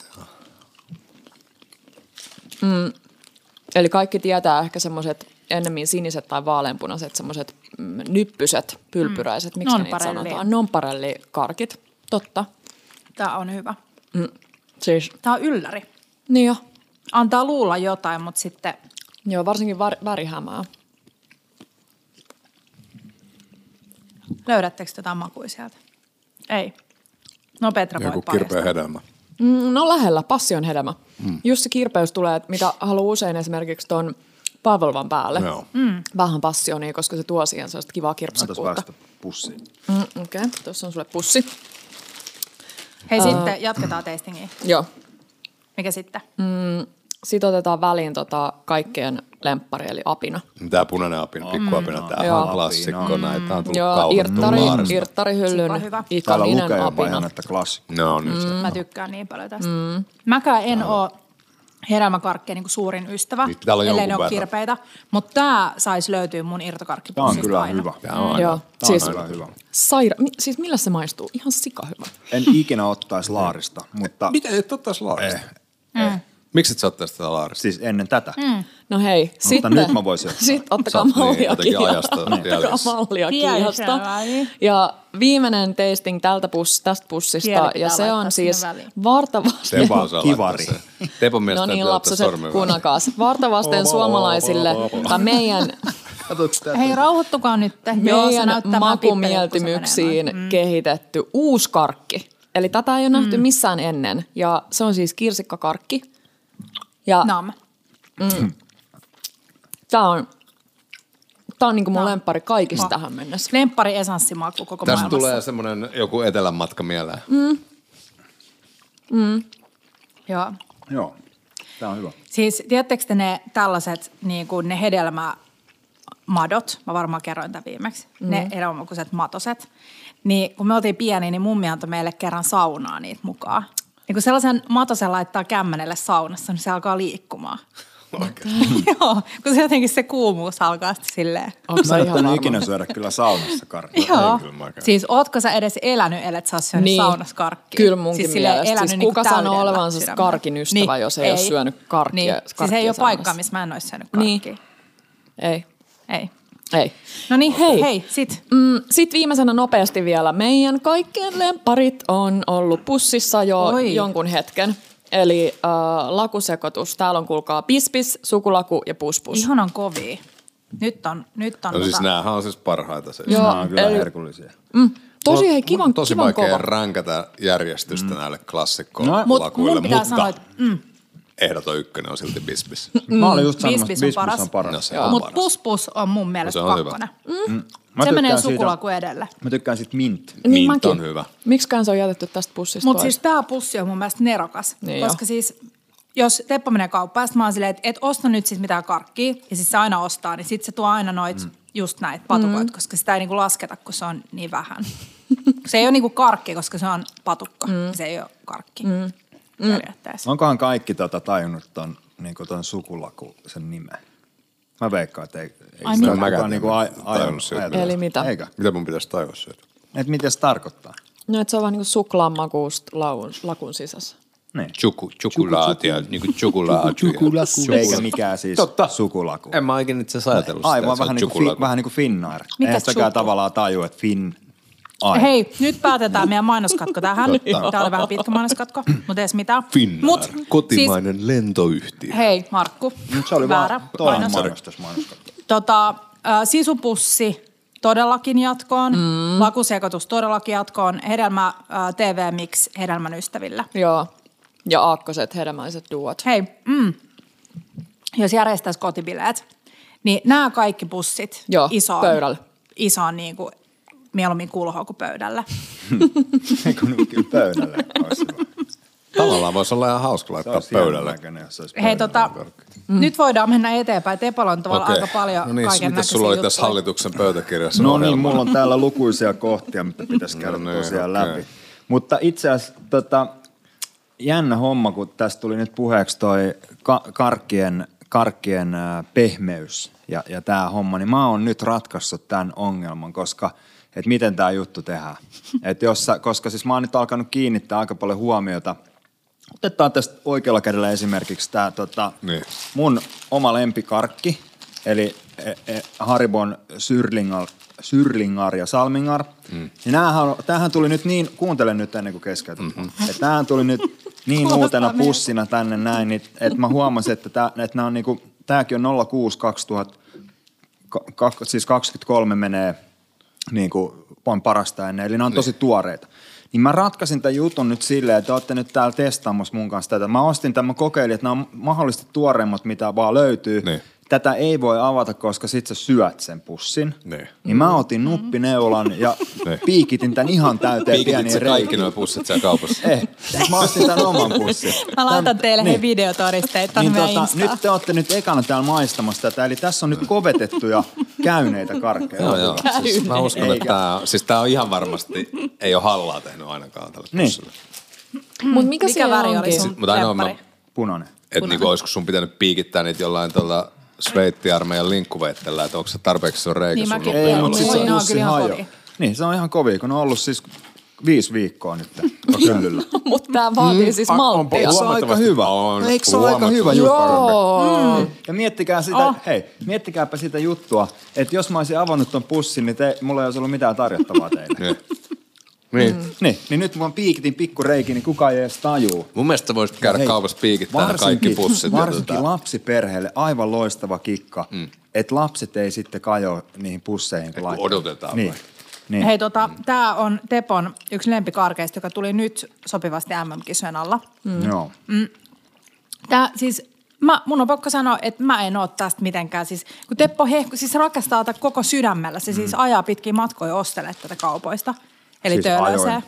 Speaker 4: Eli kaikki tietää ehkä semmoiset ennemmin siniset tai vaaleanpunaiset semmoiset nyppyset, pylpyräiset, miksi niitä
Speaker 2: Nonparelli.
Speaker 4: sanotaan? Nonparellikarkit. Totta.
Speaker 2: Tää on hyvä.
Speaker 4: Siis,
Speaker 2: Tää on ylläri.
Speaker 4: niin jo.
Speaker 2: Antaa luulla jotain, mutta sitten
Speaker 4: Joo, varsinkin värihämää.
Speaker 2: löydättekö jotain makuja sieltä? Ei. No Petra voi
Speaker 1: Joku kirpeä
Speaker 2: paljastaa.
Speaker 1: hedelmä.
Speaker 4: No lähellä, passion hedelmä. Just se kirpeys tulee, että mitä haluaa usein esimerkiksi ton palveluvan päälle.
Speaker 1: Joo.
Speaker 4: Vähän passionia, koska se tuo siihen sellaista kivaa
Speaker 3: Antais
Speaker 4: kirpsakkuutta.
Speaker 3: päästä pussiin.
Speaker 4: Okei, tuossa on sulle pussi.
Speaker 2: Hei, sitten jatketaan tastingia.
Speaker 4: Joo.
Speaker 2: Mikä sitten?
Speaker 4: Sitten otetaan väliin kaikkeen lemppari, eli apina.
Speaker 1: Tää punainen apina, pikkuapina, tää
Speaker 4: Joo.
Speaker 1: on klassikko. Näitä on tullut
Speaker 4: Joo,
Speaker 1: kauhottua baarista.
Speaker 4: irttarihyllyn
Speaker 2: Super hyvä.
Speaker 3: Täällä
Speaker 4: ikoninen
Speaker 3: lukee jopa
Speaker 4: apina.
Speaker 3: ihan, että klassikko.
Speaker 1: No nyt se.
Speaker 2: Mä tykkään niin paljon tästä. Mäkään en oo hedelmäkarkkeen niin kuin suurin ystävä,
Speaker 1: Niitä pitää olla
Speaker 2: ellei
Speaker 1: jonkun
Speaker 2: ne ole
Speaker 1: verran.
Speaker 2: kirpeitä. Mutta tää saisi löytyä mun
Speaker 3: Tää on
Speaker 2: irtokarkkipussista
Speaker 3: kyllä
Speaker 2: aina.
Speaker 3: hyvä.
Speaker 1: Tää on
Speaker 4: Joo,
Speaker 3: Tää
Speaker 4: siis
Speaker 3: on kyllä hyvä.
Speaker 4: siis millä se maistuu? Ihan sikahyvä.
Speaker 3: En ikinä ottaisi laarista, mutta
Speaker 1: Miten et ottais laarista? Miksi et sä ottais tätä laarista?
Speaker 3: siis ennen tätä.
Speaker 4: No hei, sitten.
Speaker 3: nyt mä voisin ottaa.
Speaker 4: Sitten ottakaa
Speaker 1: Sä oot niin
Speaker 4: mallia
Speaker 1: jotenkin
Speaker 4: Kiiasta.
Speaker 1: ajasta
Speaker 4: Ottakaa
Speaker 1: jäljessä.
Speaker 4: mallia
Speaker 2: Tiedän
Speaker 4: Kiiasta.
Speaker 2: sen väliin.
Speaker 4: Ja viimeinen tasting tästä pussista.
Speaker 2: Kieli
Speaker 4: Ja
Speaker 2: pitää
Speaker 4: se
Speaker 2: laittaa
Speaker 4: on
Speaker 2: sinne
Speaker 4: siis
Speaker 2: väliin.
Speaker 4: vartavasten.
Speaker 1: Tepo osaa
Speaker 3: Kivari.
Speaker 1: laittaa se. Tepon mielestä
Speaker 4: No niin,
Speaker 1: täytyy ottaa
Speaker 4: lapsaset,
Speaker 1: sormen
Speaker 4: kuunnelkaas. Vartavasten suomalaisille, tai meidän
Speaker 2: Hei, rauhoittukaa nyt. Joo, se
Speaker 4: meidän
Speaker 2: näyttää vähän
Speaker 4: makumieltymyksiin kehitetty uusi karkki. Eli tätä ei ole nähty missään ennen. Ja se on siis kirsikkakarkki. Ja
Speaker 2: Nam.
Speaker 4: tää on niinku mun lemppari kaikista tähän mennessä.
Speaker 2: Lemppari esanssimaku koko
Speaker 1: Tästä
Speaker 2: maailmassa.
Speaker 1: tulee semmonen joku etelänmatka mieleen.
Speaker 2: Joo.
Speaker 3: Joo, tää on hyvä.
Speaker 2: Siis tiedättekö te ne tällaiset niin kuin ne hedelmämadot, mä varmaan kerroin tämän viimeksi, ne hedelmämakuiset matoset, niin kun me oltiin pieniä, niin mummi antoi meille kerran saunaa niitä mukaan. Niin kun sellaisen matosen laittaa kämmenelle saunassa, niin se alkaa liikkumaan. Joo, kun se jotenkin se kuumuus alkaa sitten silleen.
Speaker 4: Onko
Speaker 3: Mä
Speaker 4: sä
Speaker 3: en
Speaker 4: ihan
Speaker 3: ole
Speaker 4: varma?
Speaker 3: ikinä syödä kyllä saunassa karkkia.
Speaker 2: Joo,
Speaker 1: kyllä mäkään.
Speaker 2: siis ootko sä edes elänyt, ellet sä ole syönyt
Speaker 4: Niin.
Speaker 2: saunassa karkkia?
Speaker 4: Kyllä munkin
Speaker 2: silleen
Speaker 4: mielestä.
Speaker 2: elänyt
Speaker 4: Siis
Speaker 2: niinku
Speaker 4: kuka sanoo
Speaker 2: täydellä
Speaker 4: olevansa
Speaker 2: sydämellä.
Speaker 4: karkin ystävä, jos ei ole syönyt karkkia-
Speaker 2: Niin. Siis
Speaker 4: karkkia
Speaker 2: ei ole
Speaker 4: saunassa.
Speaker 2: paikkaa, missä mä en olisi syönyt
Speaker 4: Niin.
Speaker 2: karkkia.
Speaker 4: Ei.
Speaker 2: Ei.
Speaker 4: Ei.
Speaker 2: No niin,
Speaker 4: Hei.
Speaker 2: hei sit.
Speaker 4: Sitten viimeisenä nopeasti vielä. Meidän kaikkien lempparit on ollut pussissa jo
Speaker 2: Oi.
Speaker 4: jonkun hetken. Eli lakusekoitus. Täällä on kuulkaa pispis, sukulaku ja puspus.
Speaker 2: Ihanan kovia. Nyt on
Speaker 1: No siis näähän on siis parhaita se.
Speaker 4: Joo.
Speaker 3: Nämä on kyllä
Speaker 4: eli-
Speaker 3: herkullisia.
Speaker 4: Tosi hei, kivan,
Speaker 1: Tosi
Speaker 4: kivan
Speaker 1: vaikea
Speaker 4: kova.
Speaker 1: ränkätä järjestystä näille
Speaker 3: No,
Speaker 1: klassikkolakuille,
Speaker 2: mun pitää
Speaker 1: mutta
Speaker 2: sanoa, että
Speaker 1: ehdoton ykkönen on silti bispis.
Speaker 3: Mä olin just sanomassa,
Speaker 2: Bispis
Speaker 3: että
Speaker 2: on
Speaker 3: bispis
Speaker 2: paras.
Speaker 3: on paras.
Speaker 1: No se on
Speaker 2: Mutta
Speaker 1: paras.
Speaker 2: puspus on mun mielestä
Speaker 1: No se on hyvä.
Speaker 2: kakkonen.
Speaker 3: Mä
Speaker 2: Se menee
Speaker 3: tykkään siitä-
Speaker 2: sukulaku edelle.
Speaker 3: Mä tykkään siitä mint.
Speaker 4: Niin
Speaker 1: Mint
Speaker 4: mäkin.
Speaker 1: on hyvä.
Speaker 4: Miksikään se on jätetty tästä pussista
Speaker 2: Mutta
Speaker 4: pois?
Speaker 2: siis tää pussi on mun mielestä nerokas.
Speaker 4: Niin
Speaker 2: koska siis jos Teppo menee kauppaan, mä oon silleen, että et osta nyt siis mitään karkkia, ja siis se aina ostaa, niin sit se tuo aina noit just näitä patukoita, koska sitä ei niinku lasketa, kun se on niin vähän. Se ei ole niinku karkki, koska se on patukka, se ei ole karkki periaatteessa.
Speaker 3: Onkohan kaikki tajunnut ton sukulaku sen nimen? Mä veikkaan, että ei sitä kukaan niinku ajanut sieltä.
Speaker 4: Eli mitä?
Speaker 3: Eikä?
Speaker 1: Mitä mun pitäisi tajua siitä?
Speaker 3: Et mitä se tarkoittaa?
Speaker 4: No, että se on vaan niinku suklaanmakuusta lakun sisässä.
Speaker 3: Niin.
Speaker 1: Chokolaatia, niinku chokolaatia.
Speaker 3: Eikä mikään siis sukulaku.
Speaker 1: En mä oikein itse asiassa ajatellut sitä.
Speaker 3: Aivan vähän niin kuin Finnair.
Speaker 2: Mikä
Speaker 3: Eihän sitäkään
Speaker 2: chuku?
Speaker 3: tavallaan tajua, että
Speaker 2: Hei, nyt päätetään meidän mainoskatko tähän. Tämä oli vähän pitkä mainoskatko, mutta edes mitään.
Speaker 1: Finnair, kotimainen lentoyhtiö.
Speaker 2: Hei, Markku,
Speaker 3: Nyt se oli
Speaker 2: väärä
Speaker 3: vaan toinen
Speaker 2: mainos.
Speaker 3: mainoskatko.
Speaker 2: Sisupussi todellakin jatkoon, lakusekoitus todellakin jatkoon, hedelmä TV-mix hedelmän ystävillä.
Speaker 4: Joo. Ja aakkoset, hedelmälliset duot.
Speaker 2: Hei, jos järjestäisi kotibileet, niin nämä kaikki pussit
Speaker 4: Joo, pöydälle.
Speaker 2: Isoon niin kuin, mieluummin kulhoon kuin pöydälle.
Speaker 3: Eikö nyt kyllä pöydälle olisi hyvä.
Speaker 1: Tavallaan voisi olla ihan hauska laittaa pöydälle.
Speaker 2: Hei, nyt voidaan mennä eteenpäin. Tepolla on tavallaan aika paljon
Speaker 1: no niin,
Speaker 2: kaiken
Speaker 1: mitä
Speaker 2: näköisiä
Speaker 1: sulla oli
Speaker 2: juttuja.
Speaker 1: tässä hallituksen pöytäkirjassa?
Speaker 3: No niin, mulla on täällä lukuisia kohtia, mitä pitäisi käydä tosiaan läpi. Mutta itse asiassa jännä homma, kun tästä tuli nyt puheeksi toi karkkien pehmeys ja tämä homma, niin mä oon nyt ratkaissut tämän ongelman, koska että miten tämä juttu tehdään. Koska siis mä oon nyt alkanut kiinnittää aika paljon huomiota. Otetaan tästä oikealla kädellä esimerkiksi tämä mun oma lempikarkki, eli Haribon Syrlingar ja Salmingar. Ja tämähän tuli nyt niin, kuuntele nyt ennen kuin keskeytän. Tämähän tuli nyt niin uutena pussina tänne näin, niin, että mä huomasin, että nämä on niinku, tämäkin on 06/2000, siis 23 menee niinku, on parasta ennen, eli nämä on tosi tuoreita. Niin mä ratkaisin tämän jutun nyt silleen, että olette nyt täällä testaamassa mun kanssa tätä. Mä ostin tämän, mä kokeilin, että nämä on mahdollisesti tuoreimmat, mitä vaan löytyy.
Speaker 1: Niin.
Speaker 3: Tätä ei voi avata, koska sit sä syöt sen pussin. Niin mä otin nuppineulan ja piikitin tämän ihan täyteen pieniä reikiä.
Speaker 1: Piikitit kaikki nuo pussit siellä kaupassa?
Speaker 3: Mä ostin tämän oman pussin.
Speaker 2: Mä laitan teille videotodisteita tonne meidän Instaan.
Speaker 3: Nyt te olette nyt ekana täällä maistamassa tätä, eli tässä on nyt kovetettuja käyneitä karkkeja.
Speaker 1: Joo. Siis mä uskon, että tää on ihan varmasti, ei ole hallaa tehnyt ainakaan tälle pussille.
Speaker 4: Mut mikä
Speaker 2: väri oli
Speaker 4: onkin?
Speaker 2: sun
Speaker 1: Mutta ainoa
Speaker 2: lemppari?
Speaker 3: Punainen.
Speaker 1: Että niinku, olisiko sun pitänyt piikittää niitä jollain tuolla Sveitsi-armeijan linkkuveittellä, että onko se tarpeeksi on reikä
Speaker 2: Niin
Speaker 1: sun
Speaker 2: mäkin.
Speaker 3: Ei, mutta
Speaker 2: Niin,
Speaker 3: siis
Speaker 2: ne on
Speaker 3: Jussi
Speaker 2: kyllä ihan
Speaker 3: hajo.
Speaker 2: kovia.
Speaker 3: Niin, se on ihan kovia, kun ne on ollut siis 5 viikkoa nyt hyllyllä.
Speaker 4: Mutta tää vaatii siis malttia.
Speaker 3: Se on aika hyvä. Eikö se ole aika hyvä juttu? Ja miettikää sitä, miettikääpä sitä juttua, että jos mä olisin avannut ton pussin, niin mulla ei olisi ollut mitään tarjottavaa teille. Niin nyt mä piikitin pikku reikin, niin kukaan ei edes tajuu.
Speaker 1: Mun mielestä voisit käydä kaupassa piikittämään kaikki pussit.
Speaker 3: Varsinkin lapsiperheelle aivan loistava kikka, että lapset ei sitten kajoa niihin pusseihin.
Speaker 1: Kun odotetaan
Speaker 3: niin. Niin.
Speaker 2: Hei, tää on Tepon yksi lempikarkeista, joka tuli nyt sopivasti MM-kisojen alla.
Speaker 3: Joo.
Speaker 2: Tää siis, mun on pakko sanoa, että mä en oo tästä mitenkään. Siis, kun Teppo siis rakastaa tätä koko sydämellä. Se siis ajaa pitkin matkoja ostelee tätä kaupoista. Eli
Speaker 3: siis
Speaker 2: töölösee.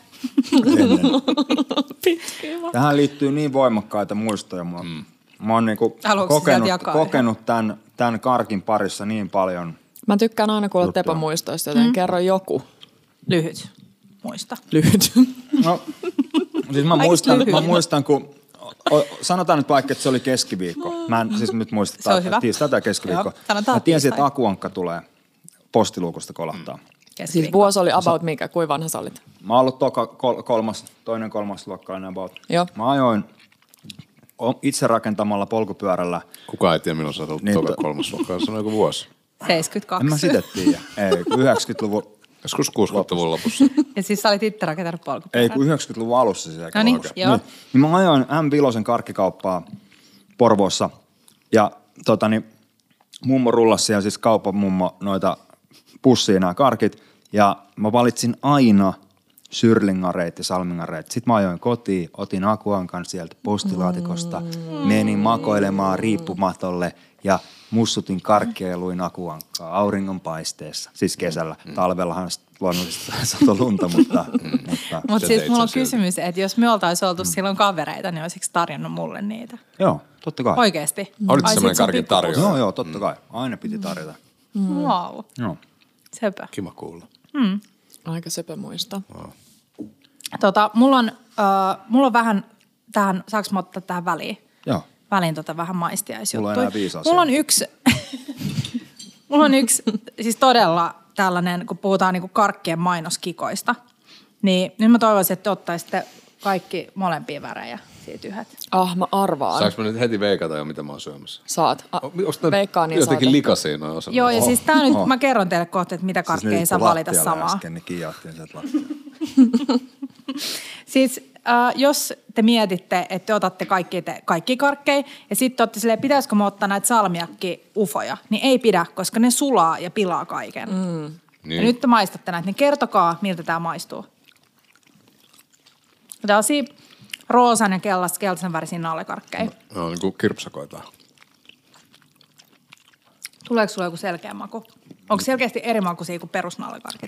Speaker 3: Tähän liittyy niin voimakkaita muistoja. Mä oon niinku kokenut tämän karkin parissa niin paljon.
Speaker 4: Mä tykkään aina kuulla Tepon muistoista, joten kerro joku.
Speaker 2: Lyhyt. Muista.
Speaker 4: Lyhyt.
Speaker 3: No, siis mä muistan, kun sanotaan nyt vaikka, että se oli keskiviikko. Mä en siis nyt muista tiistai tai keskiviikko. Mä tiesin, että Akuankka tulee postiluukusta kolahtaa.
Speaker 4: Siis vuosi oli about mikä? Kuinka vanha sä olit?
Speaker 3: Mä oon ollut kolmas luokkalainen about.
Speaker 4: Joo.
Speaker 3: Mä ajoin itse rakentamalla polkupyörällä.
Speaker 1: Kukaan ei tiedä, milloin sä olet toka kolmas luokkaa. Se on joku vuosi.
Speaker 2: 72.
Speaker 3: En mä sitä tiedä. Ei, 90-luvun.
Speaker 1: Joskus 60-luvun lopussa.
Speaker 2: Ja siis sä olit itse rakentanut polkupyörän.
Speaker 3: Ei, kun 90-luvun alussa se.
Speaker 2: No niin, joo.
Speaker 3: Niin mä ajoin M5 karkkikauppaa Porvoossa. Ja mummo rullasi siellä, siis kaupan mummo, noita pussiin nämä karkit. Ja mä valitsin aina syrlingareit ja salmingareit. Sitten mä ajoin kotiin, otin akuankan sieltä postilaatikosta, menin makoilemaan riippumatolle ja mussutin karkkia ja luin akuankkaa auringonpaisteessa, siis kesällä. Talvellahan luonnollisesti satoi lunta, mutta
Speaker 2: siis mulla on kysymys, että jos me oltaisiin oltu silloin kavereita, niin olisiko tarjonnut mulle niitä?
Speaker 3: Joo, totta kai.
Speaker 2: Oikeesti?
Speaker 1: Oliko semmoinen karkin tarjoa?
Speaker 3: Joo, totta kai. Aina piti tarjota.
Speaker 2: Wow.
Speaker 3: Joo.
Speaker 2: Sepä.
Speaker 1: Kiva kuulla.
Speaker 4: Aika sepä muista.
Speaker 2: Mulla on vähän tähän, saanko mä ottaa tähän väliin?
Speaker 3: Joo.
Speaker 2: Väliin vähän maistiaisjuttuja.
Speaker 3: Mulla on enää 5 asiaa.
Speaker 2: Mulla on yksi, siis todella tällainen, kun puhutaan niinku karkkien mainoskikoista, niin nyt mä toivoisin, että te ottaisitte kaikki molempia värejä siitä yhdet.
Speaker 4: Mä arvaan.
Speaker 1: Saanko mä nyt heti veikata jo, mitä mä oon syömässä?
Speaker 4: Saat. Veikkaa, niin
Speaker 1: jotenkin
Speaker 4: saat.
Speaker 1: likaisia noin osannut.
Speaker 2: Joo, ja siis tää nyt, mä kerron teille kohta, että mitä karkkeja ei saa valita samaa.
Speaker 3: Äsken, niin kiijaattiin sieltä lattialla.
Speaker 2: Siis jos te mietitte, että te otatte kaikki karkkeja ja sitten olette silleen, pitäisikö mä ottaa näitä salmiakki-ufoja, niin ei pidä, koska ne sulaa ja pilaa kaiken.
Speaker 1: Niin.
Speaker 2: Ja nyt te maistatte näitä, niin kertokaa, miltä tämä maistuu. Tällaisia roosan ja keltaisen värisiä nallekarkkeja.
Speaker 1: No niin kuin kirpsakoita.
Speaker 2: Tuleeko sulla joku selkeä maku? Onko selkeästi eri makuisia kuin perusnallekarkit?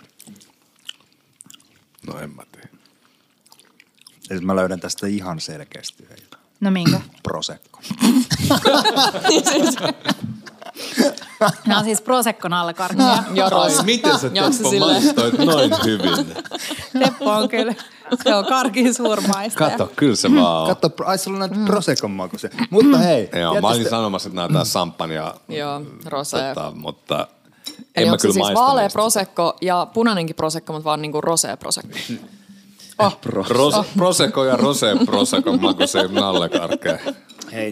Speaker 1: No en mä tiedä.
Speaker 3: Eli mä löydän tästä ihan selkeästi yhden.
Speaker 2: No minkä?
Speaker 3: Prosecco.
Speaker 2: Nämä on siis Prosecco nallekarkkeja.
Speaker 1: Miten sä Teppo maistoit noin hyvin?
Speaker 2: Teppo on kyllä, se on karkin suurmaistaja.
Speaker 1: Kato, kyllä se vaan on.
Speaker 3: Katso, ai sulla on näitä Proseccon makuisia. Mutta hei.
Speaker 1: Joo, mä olin sanomassa, että näytää sampania.
Speaker 4: Joo, rosé.
Speaker 1: Mutta
Speaker 4: Eli
Speaker 1: en mä
Speaker 4: onko se
Speaker 1: kyllä
Speaker 4: siis
Speaker 1: maista
Speaker 4: vaalea
Speaker 1: niistä.
Speaker 4: prosecco ja punainenkin prosecco, mutta vaan niinku rosé prosecco?
Speaker 1: Prosecco ja Prosecco makuisia nallekarkkeja.
Speaker 3: Hei,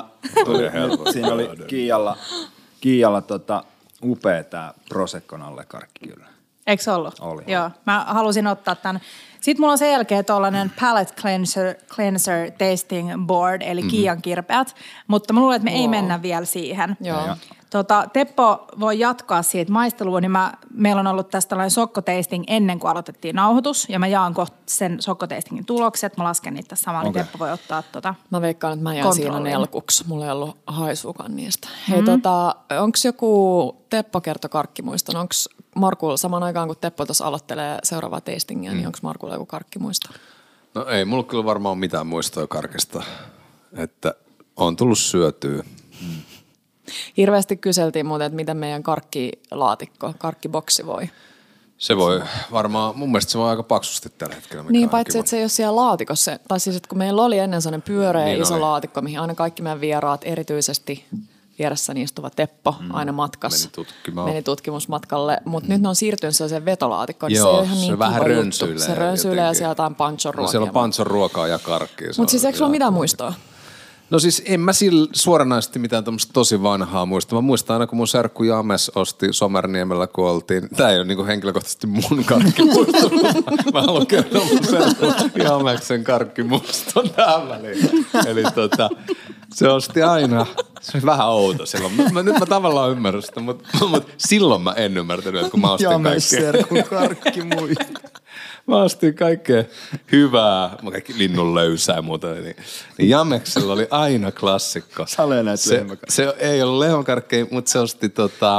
Speaker 3: siinä oli Kiijalla upea tää Prosecco nallekarkki kyllä.
Speaker 2: Eikö se ollut?
Speaker 3: Oli.
Speaker 2: Joo, mä halusin ottaa tämän. Sitten mulla on sen jälkeen tollainen palate cleanser tasting board, eli Kiian kirpeät, mutta mä luulen, että me ei mennä vielä siihen.
Speaker 4: Joo.
Speaker 2: Teppo voi jatkaa siitä maistelua, niin meillä on ollut tästä tällainen sokkotasting ennen kuin aloitettiin nauhoitus, ja mä jaan kohta sen sokkotastingin tulokset, mä lasken niitä tässä samalla, niin Teppo voi ottaa
Speaker 4: Mä veikkaan, että mä jään siinä
Speaker 2: kontrolliin.
Speaker 4: nelkuksi. Mulla ei ollut haisuukaan niistä. Hei, onko joku Teppo kertoi karkkimuiston? Onko Markulla samaan aikaan, kun Teppo tuossa aloittelee seuraavaa tastingia, niin onko Markulla joku karkkimuisto?
Speaker 1: No ei, mulla kyllä varmaan mitään muistoa karkista, että on tullut syötyä.
Speaker 4: Hirveästi kyseltiin muuten, että miten meidän karkkiboksi voi.
Speaker 1: Se voi varmaan, mun mielestä se voi aika paksusti tällä hetkellä.
Speaker 4: Niin, paitsi että se ei ole siellä laatikossa. Tai siis, että kun meillä oli ennen sellainen pyöreä
Speaker 1: Niin
Speaker 4: iso
Speaker 1: oli.
Speaker 4: laatikko, mihin aina kaikki meidän vieraat, erityisesti vieressäni istuva Teppo, aina matkassa. Meni tutkimusmatkalle. Mutta nyt ne on siirtynyt sellaiseen vetolaatikkoon.
Speaker 1: Joo,
Speaker 4: se ei ole ihan
Speaker 1: se
Speaker 4: niin
Speaker 1: vähän
Speaker 4: kiva
Speaker 1: rönsyilee
Speaker 4: juttu. Se rönsyilee ja
Speaker 1: jotenkin.
Speaker 4: siellä jotain panchon ruokia.
Speaker 1: No siellä on panchon ruokaa ja karkkia.
Speaker 4: Mutta siis eikö sulla mitään muistoa?
Speaker 1: No siis en mä sillä suoranaisesti mitään tämmöistä tosi vanhaa muista. Mä muistan aina, kun mun serkku James osti Somerniemellä, kun oltiin. Tää ei ole niinku henkilökohtaisesti mun karkkimuisto. Mä haluan kertoa mun serkku Jameksen karkkimuiston tähän väliin. Eli se osti aina, se oli vähän outo silloin. Nyt mä tavallaan ymmärrän sitä, mutta silloin mä en ymmärtänyt, että kun mä ostin kaikkea.
Speaker 3: James-serkun karkkimuisto.
Speaker 1: Mä ostin kaikkea hyvää, kaikki linnun löysää ja muuta. Niin Jameksella oli aina klassikko.
Speaker 3: Sale näitä lehmäkarkkeja.
Speaker 1: Se ei ollut lehmäkarkkeja, mutta se osti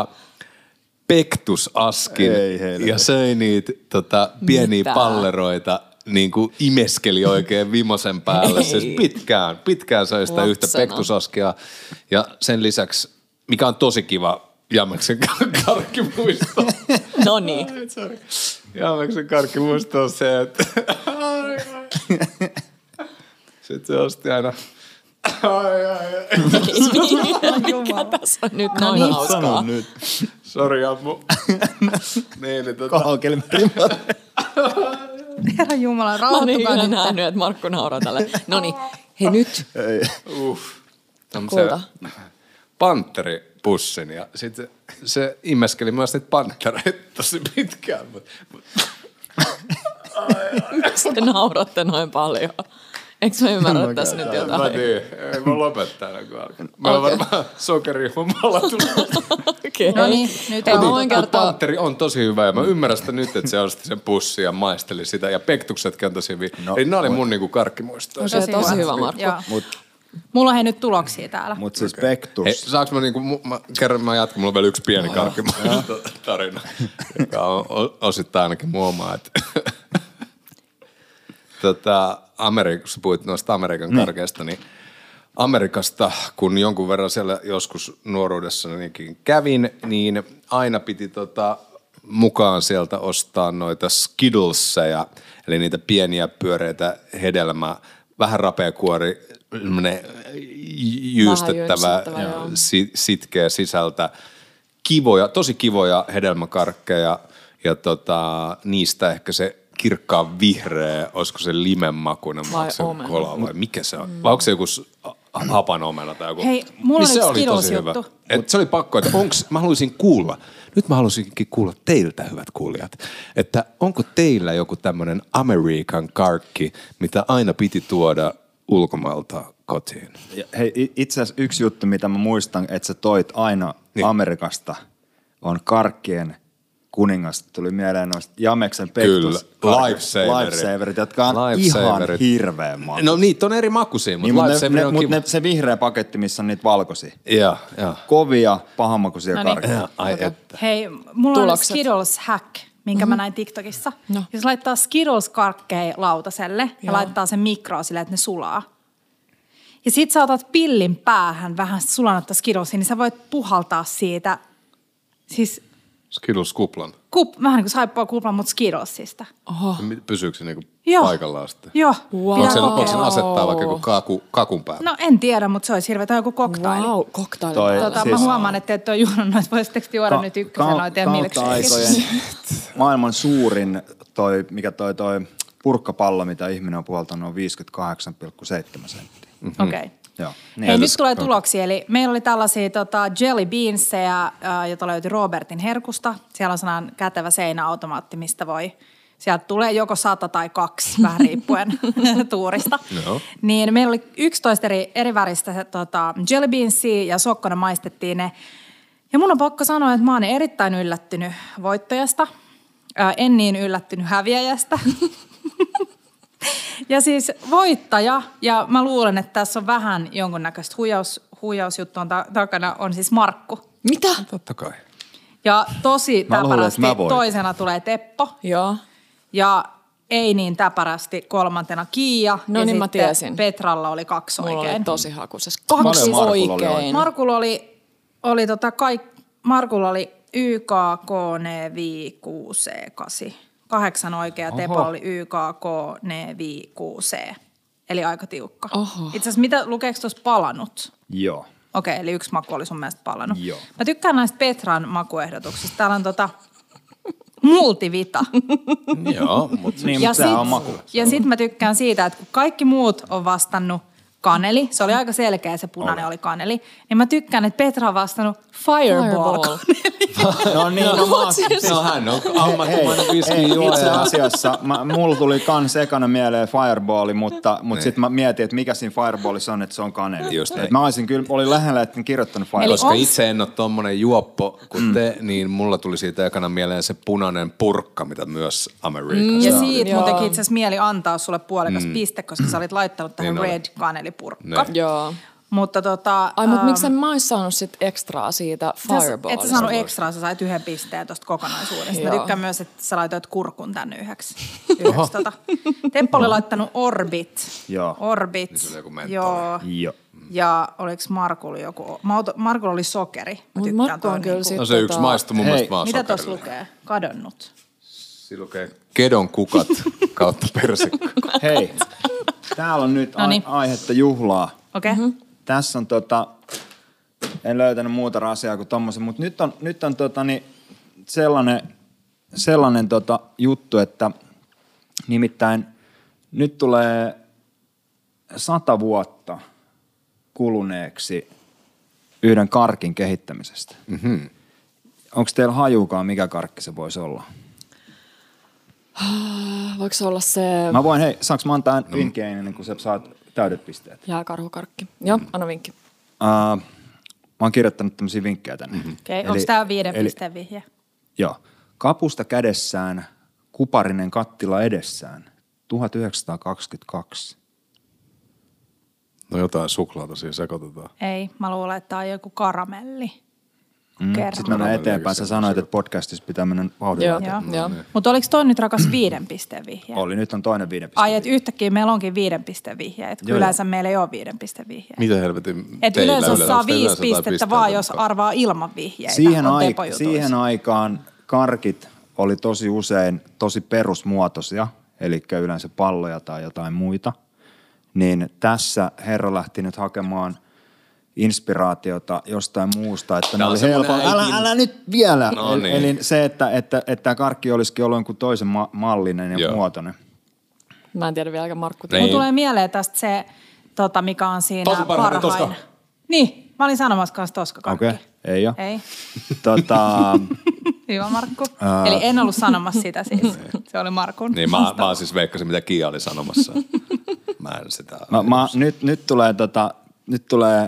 Speaker 1: pektusaskin
Speaker 3: Ei helvetti.
Speaker 1: ja söi niitä pieniä
Speaker 4: Mitä?
Speaker 1: palleroita, niin kuin imeskeli oikein vimosen päälle. Siis pitkään söi sitä yhtä
Speaker 4: Lapsena.
Speaker 1: pektusaskia. Ja sen lisäksi, mikä on tosi kiva Jameksen karkkimuisto.
Speaker 4: No niin.
Speaker 1: Jameksen karkkimuisto on se, että sitten se osti aina
Speaker 4: Mikä tässä on nyt
Speaker 2: No
Speaker 4: noin
Speaker 2: niin.
Speaker 4: hauskaa?
Speaker 3: Sano nyt.
Speaker 1: Sori Jammu. niin,
Speaker 3: Kaukelmerimat.
Speaker 2: Herra Jumala,
Speaker 4: Mä oon
Speaker 2: rauhoittukaa
Speaker 4: niin
Speaker 2: nyt.
Speaker 4: nähnyt, että Markku nauraa tälle. Noniin, hei nyt. Kulta.
Speaker 1: Pantteripussin ja sitten se imeskeli myös niitä panttereita tosi pitkään.
Speaker 4: Miksi te nauratte noin paljon? Eikö mä ymmärrä tässä nyt
Speaker 1: Mä
Speaker 4: jotain?
Speaker 1: tiedän, ei mä lopettaa näköjään. Meillä on varmaan sokerihomalla tullut.
Speaker 4: Okei.
Speaker 2: No niin, nyt
Speaker 4: Ei, mä
Speaker 2: on.
Speaker 4: voin kertoa.
Speaker 1: Pantteri on tosi hyvä ja mä ymmärrän sitä nyt, että se osti sen pussin ja maisteli sitä. Ja pektuksetkin on tosi hyviä. Eli nämä oli mun niinku karkkimuistoja.
Speaker 4: Okei, tosi hyvä, Markku.
Speaker 2: Joo. Mulla on nyt tuloksia täällä.
Speaker 3: Mutta siis Pektus.
Speaker 1: Hei, saanko mä jatkan, mulla on vielä yksi pieni karkkimuistotarina, joka on osittain ainakin muomaa, että Amerikassa, puhuit noista Amerikan karkeista, niin Amerikasta, kun jonkun verran siellä joskus nuoruudessanikin kävin, niin aina piti mukaan sieltä ostaa noita Skiddelseja, eli niitä pieniä pyöreitä hedelmää, vähän rapeakuori, jyystettävä, sitkeä sisältä, tosi kivoja hedelmäkarkkeja ja niistä ehkä se kirkkaan vihreä, olisiko se limenmakuinen, vai kola vai mikä se on? Vai onko se joku hapan omena tai joku?
Speaker 2: Hei, mulla on
Speaker 1: se
Speaker 2: yksi
Speaker 1: oli tosi
Speaker 2: Skittles-juttu.
Speaker 1: hyvä. Et se oli pakko, että mä haluaisin kuulla, nyt mä haluaisinkin kuulla teiltä, hyvät kuulijat, että onko teillä joku tämmöinen American karkki, mitä aina piti tuoda ulkomailta kotiin?
Speaker 3: Hei, itse asiassa yksi juttu, mitä mä muistan, että sä toit aina Amerikasta, on karkkien kuningasta. Tuli mieleen noista Jameksen Pektus.
Speaker 1: Kyllä,
Speaker 3: Lifesaverit, jotka on ihan hirveän makuisia.
Speaker 1: No niitä on eri makuisia, mutta
Speaker 3: niin,
Speaker 1: Lifesaver on kiva.
Speaker 3: Se vihreä paketti, missä on niitä valkoisia.
Speaker 1: Joo.
Speaker 3: Kovia, pahanmakuisia karkkeja.
Speaker 2: Hei, mulla on Skittles hack, minkä mä näin TikTokissa. No. Jos laittaa Skittles-karkkeja lautaselle ja laittaa sen mikroon silleen, että ne sulaa. Ja sit sä otat pillin päähän vähän sulanutta Skittlesia, niin sä voit puhaltaa siitä, siis
Speaker 1: Skittles-kuplan.
Speaker 2: Vähän niin kuin saippua kuplan, mutta Skittlesista.
Speaker 1: Oho. Pysyykö se niinku paikallaan sitten?
Speaker 2: Joo.
Speaker 1: Wow. Onko sen asettaa vaikka joku kakun päälle?
Speaker 2: No en tiedä, mutta se olisi hirveä. Tai joku koktaili.
Speaker 4: Wow, koktaili.
Speaker 2: Mä huomaan, että et ole juonut noita. Voisitteko juoda nyt ykkösen noita ja milkshakes?
Speaker 3: Maailman suurin mikä toi purkkapallo, mitä ihminen on puhaltanut, on 58,7 senttiä.
Speaker 2: Okei.
Speaker 3: Joo.
Speaker 2: Hei, nyt tulee tuloksia. Eli meillä oli tällaisia jelly beansseja, joita löytyi Robertin herkusta. Siellä on sellainen kätevä seinäautomaatti, mistä voi... Sieltä tulee joko 100 tai 2, vähän riippuen tuurista. No. Niin meillä oli 11 eri väristä jelly beansia ja sokkona maistettiin ne. Ja mun on pakko sanoa, että mä oon erittäin yllättynyt voittajasta. En niin yllättynyt häviäjästä. Ja siis voittaja, ja mä luulen, että tässä on vähän jonkunnäköistä huijausjuttua takana, on siis Markku.
Speaker 4: Mitä?
Speaker 1: Totta kai.
Speaker 2: Ja tosi täpärästi toisena tulee Teppo.
Speaker 4: Joo.
Speaker 2: Ja ei niin täpärästi kolmantena Kiia.
Speaker 4: No
Speaker 2: ja
Speaker 4: niin mä tiesin.
Speaker 2: Petralla oli 2 oikein.
Speaker 4: Mulla oli tosi hakusessa. 2 oikein.
Speaker 2: Markulla oli YKK Nevi 6C8. 8 oikea, Tepolla oli YKK Nevi 6C. Eli aika tiukka. Oho. Itse asiassa, lukeeko tuossa palanut?
Speaker 3: Joo.
Speaker 2: Okei, eli yksi maku oli sun mielestä palannut.
Speaker 3: Joo.
Speaker 2: Mä tykkään näistä Petran makuehdotuksista. Täällä on multivita.
Speaker 1: Joo, mutta
Speaker 3: niin, tämä on maku.
Speaker 2: Ja sit mä tykkään siitä, että kun kaikki muut on vastannut kaneli, se oli aika selkeä, se punainen oli kaneli, niin mä tykkään, että Petra on vastannut Fireball-kaneli.
Speaker 3: No niin,
Speaker 1: hän on ammattimainen viskijuoja.
Speaker 3: Itse asiassa mulla tuli kans ekana mieleen Fireball, mutta sitten mä mietin, että mikä siinä Fireballissa on, että se on kaneli. Mä olin lähellä, että kirjoittanut Fireball.
Speaker 1: Koska itse en ole tommonen juoppo kuin te, niin mulla tuli siitä ekana mieleen se punainen purkka, mitä myös Amerikassa.
Speaker 2: Ja siitä mun teki itse asiassa mieli antaa sulle puolikas piste, koska sä olit laittanut tähän red kanelipurkka.
Speaker 4: Joo.
Speaker 2: Mutta
Speaker 4: mutta miksi en mä ois saanut sit ekstraa siitä Fireballista?
Speaker 2: Et sä saanut ekstraa, sä sait 1 pisteen tosta kokonaisuudesta. Mä tykkään myös, että sä laitoit kurkun tänne yhdeksi. Teppo oli laittanut Orbit.
Speaker 3: Joo.
Speaker 2: Orbit.
Speaker 1: Niin se oli joku mentoli.
Speaker 3: Joo.
Speaker 2: Ja oliks Markulla joku... Markulla oli sokeri. Mä tykkään
Speaker 4: Markku on kyllä sit...
Speaker 1: No se yksi maistui mun mielestä vaan
Speaker 2: mitä
Speaker 1: sokerille.
Speaker 2: tossa lukee? Kadonnut.
Speaker 1: Siinä lukee kedon kukat kautta persikko.
Speaker 3: Hei, täällä on nyt aihetta juhlaa.
Speaker 2: Okei. Okay.
Speaker 3: Tässä on en löytänyt muuta asiaa kuin tommosen, mutta nyt on sellainen juttu, että nimittäin nyt tulee 100 vuotta kuluneeksi yhden karkin kehittämisestä. Mm-hmm. Onko teillä hajuukaan, mikä karkki se voisi olla?
Speaker 4: Voiko se olla se
Speaker 3: Mä voin, hei, saanko mä antaa vinkkejä ennen kuin sä saat täydet pisteet?
Speaker 4: jääkarhukarkki? Joo, anna vinkki.
Speaker 3: Mä oon kirjoittanut tämmöisiä vinkkejä tänne.
Speaker 2: Okei, onko tämä 5 pisteen vihje?
Speaker 3: Joo. Kapusta kädessään, kuparinen kattila edessään. 1922.
Speaker 1: No jotain suklaata siinä sekoitetaan.
Speaker 2: Ei, mä luulen, että tämä on joku karamelli.
Speaker 3: Sitten mennään eteenpäin. Sä sanoit, että podcastissa pitää mennä vauhdilla.
Speaker 4: Joo.
Speaker 2: Mutta oliko toi nyt rakas 5 pisteen vihje?
Speaker 3: Oli, nyt on toinen 5 pisteen.
Speaker 2: Ai, että yhtäkkiä meillä onkin 5 pisteen vihje. Että yleensä meillä ei ole 5 pisteen vihje.
Speaker 1: Mitä helvetin
Speaker 2: Että
Speaker 1: teillä
Speaker 2: yleensä saa
Speaker 1: onko teillä
Speaker 2: 5
Speaker 1: yleensä jotain
Speaker 2: pistettä vaan, jos
Speaker 1: mukaan?
Speaker 2: arvaa ilman vihjeitä.
Speaker 3: Siihen aikaan karkit oli tosi usein tosi perusmuotoisia, eli yleensä palloja tai jotain muita. Niin tässä herra lähti nyt hakemaan inspiraatiota jostain muusta, että ne oli helppo. Älä nyt vielä!
Speaker 1: No niin.
Speaker 3: Eli se, että tämä karkki olisikin ollut jonkun toisen mallinen ja muotoinen.
Speaker 4: Mä en tiedä vieläkään Markku.
Speaker 2: Mun tulee mieleen tästä se, mikä on siinä
Speaker 1: Tosi parhainen toska.
Speaker 2: Niin, mä olin sanomassa kanssa toskakarkki.
Speaker 3: Okei, ei ole.
Speaker 2: Ei. Hyvä Markku. Eli en ollut sanomassa sitä siis. Se oli Markun.
Speaker 1: Niin, mä siis veikkasin, mitä Kia oli sanomassa. Mä en sitä...
Speaker 3: Nyt tulee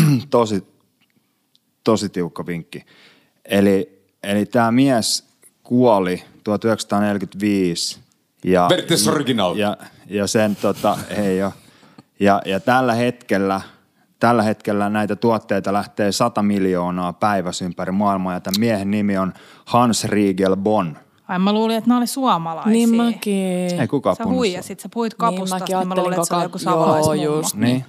Speaker 3: tosi tiukka vinkki. Eli tämä mies kuoli 1945 ja
Speaker 1: Vertes original.
Speaker 3: Ja sen ei ole. Ja tällä hetkellä näitä tuotteita lähtee 100 miljoonaa päivässä ympäri maailmaa ja tämän miehen nimi on Hans Riegel Bonn.
Speaker 2: Ai mä luulin, että ne oli suomalaisia.
Speaker 4: Niin mäkin.
Speaker 3: Ei kukaan
Speaker 2: Sä
Speaker 3: puhunut
Speaker 2: huijasit, sä puhuit kapustasta, niin mä luulin, että se oli joku
Speaker 4: Joo,
Speaker 2: savolaismummo.
Speaker 4: just.
Speaker 3: Niin.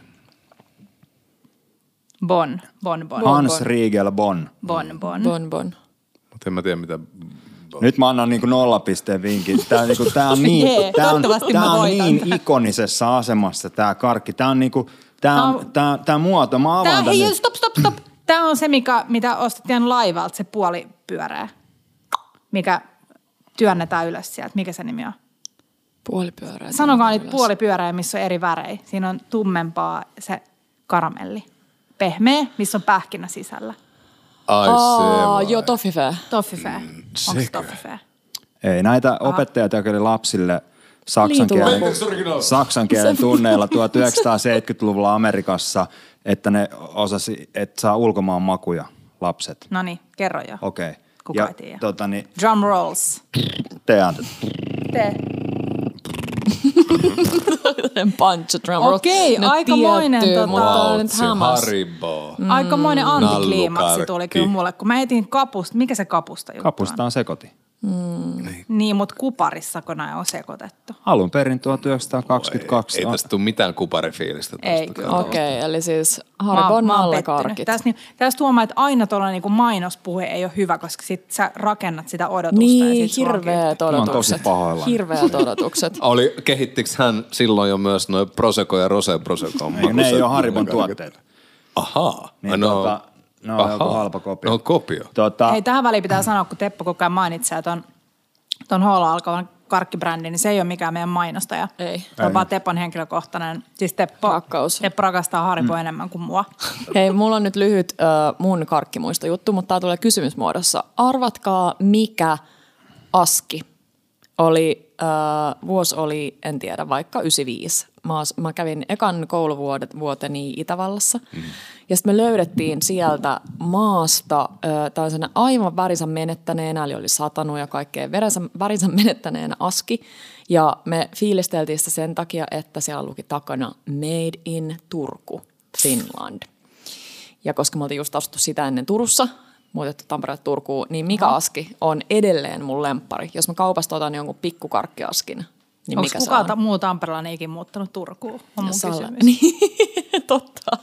Speaker 2: Bon.
Speaker 3: Hans Riegel Bonn.
Speaker 2: Bon.
Speaker 4: Bon.
Speaker 1: Mutta en mä tiedä, mitä...
Speaker 3: Nyt mä annan niinku 0 pisteen vinkin. Tää on niin ikonisessa asemassa tää karkki. Tää on niinku, tää muoto. Mä avaan tän nyt.
Speaker 2: Stop. Tää on se, mitä ostettiin laivalta, se puolipyöreä, mikä työnnetään ylös sieltä. Mikä se nimi on?
Speaker 4: Puolipyöreä.
Speaker 2: Sanokaa nyt puolipyöreä, missä on eri värejä. Siinä on tummempaa se karamelli. Pehmeä, missä on pähkinä sisällä.
Speaker 1: Ai se
Speaker 4: Joo, toffifee.
Speaker 2: Toffifee. Onko se toffifee?
Speaker 3: Ei, näitä opettajat jakelee lapsille saksan kielen tunneilla 1970-luvulla Amerikassa, että ne osasi, että saa ulkomaan makuja lapset.
Speaker 2: No niin, kerro jo.
Speaker 3: Okei.
Speaker 2: Kuka ei tiedä.
Speaker 3: Niin,
Speaker 2: Drum rolls.
Speaker 3: Tee.
Speaker 4: Punch drum roll.
Speaker 2: Okei, aikamoinen
Speaker 4: mutta nyt hämäs.
Speaker 1: Haribo.
Speaker 2: Aikamoinen antikliimaksi
Speaker 1: Nallukarkki.
Speaker 2: tuli kyllä mulle, kun mä etin kapusta. Mikä se kapusta juttu
Speaker 3: Kapusta on sekoti.
Speaker 2: Niin, mutta kuparissako nämä on sekoitettu?
Speaker 3: Alun perin 1922.
Speaker 1: Ei tästä tule mitään kuparifiilistä.
Speaker 2: Ei kyllä.
Speaker 4: Okei, eli siis Haribon nallakarkit.
Speaker 2: Tässä tuomaa, että aina tuollainen niin mainospuhe ei ole hyvä, koska sit sä rakennat sitä odotusta.
Speaker 4: Niin,
Speaker 2: ja sit
Speaker 4: hirveät
Speaker 3: Mä oon tosi
Speaker 4: odotukset.
Speaker 3: pahoillani.
Speaker 4: Hirveät odotukset.
Speaker 1: Kehittikö hän silloin jo myös noin Prosecco ja Rosé Prosecco?
Speaker 3: Ne ei ole Haribon tuotteita.
Speaker 1: Ahaa.
Speaker 3: Niin ne on joku halpa kopio.
Speaker 1: Ne on kopio.
Speaker 2: Hei, tähän väliin pitää sanoa, kun Teppo koko ajan mainitsee ton Hoola alkavan karkkibrändin, niin se ei ole mikään meidän mainostaja.
Speaker 4: Ei.
Speaker 2: Se on vaan Teppon henkilökohtainen. Siis Teppo rakastaa Hariboa enemmän kuin mua.
Speaker 4: Hei, mulla on nyt lyhyt mun karkkimuisto juttu, mutta tää tulee kysymysmuodossa. Arvatkaa, mikä aski oli, vuosi oli, en tiedä, vaikka 95. Mä kävin ekan kouluvuoteni Itävallassa. Ja sitten me löydettiin sieltä maasta tällaisena aivan värinsä menettäneenä, eli oli satanut ja kaikkea värinsä menettäneenä aski. Ja me fiilisteltiin sitä sen takia, että siellä luki takana Made in Turku, Finland. Ja koska me oltiin just asuttu sitä ennen Turussa, muutettu Tampereelta Turkuun, niin mikä aski on edelleen mun lemppari. Jos mä kaupasta otan jonkun pikkukarkkiaskin, niin
Speaker 2: onko
Speaker 4: mikä
Speaker 2: kukaan
Speaker 4: se on?
Speaker 2: muu Tampereella ikin muuttanut Turkuun? On mun kysymys.
Speaker 4: Niin, totta.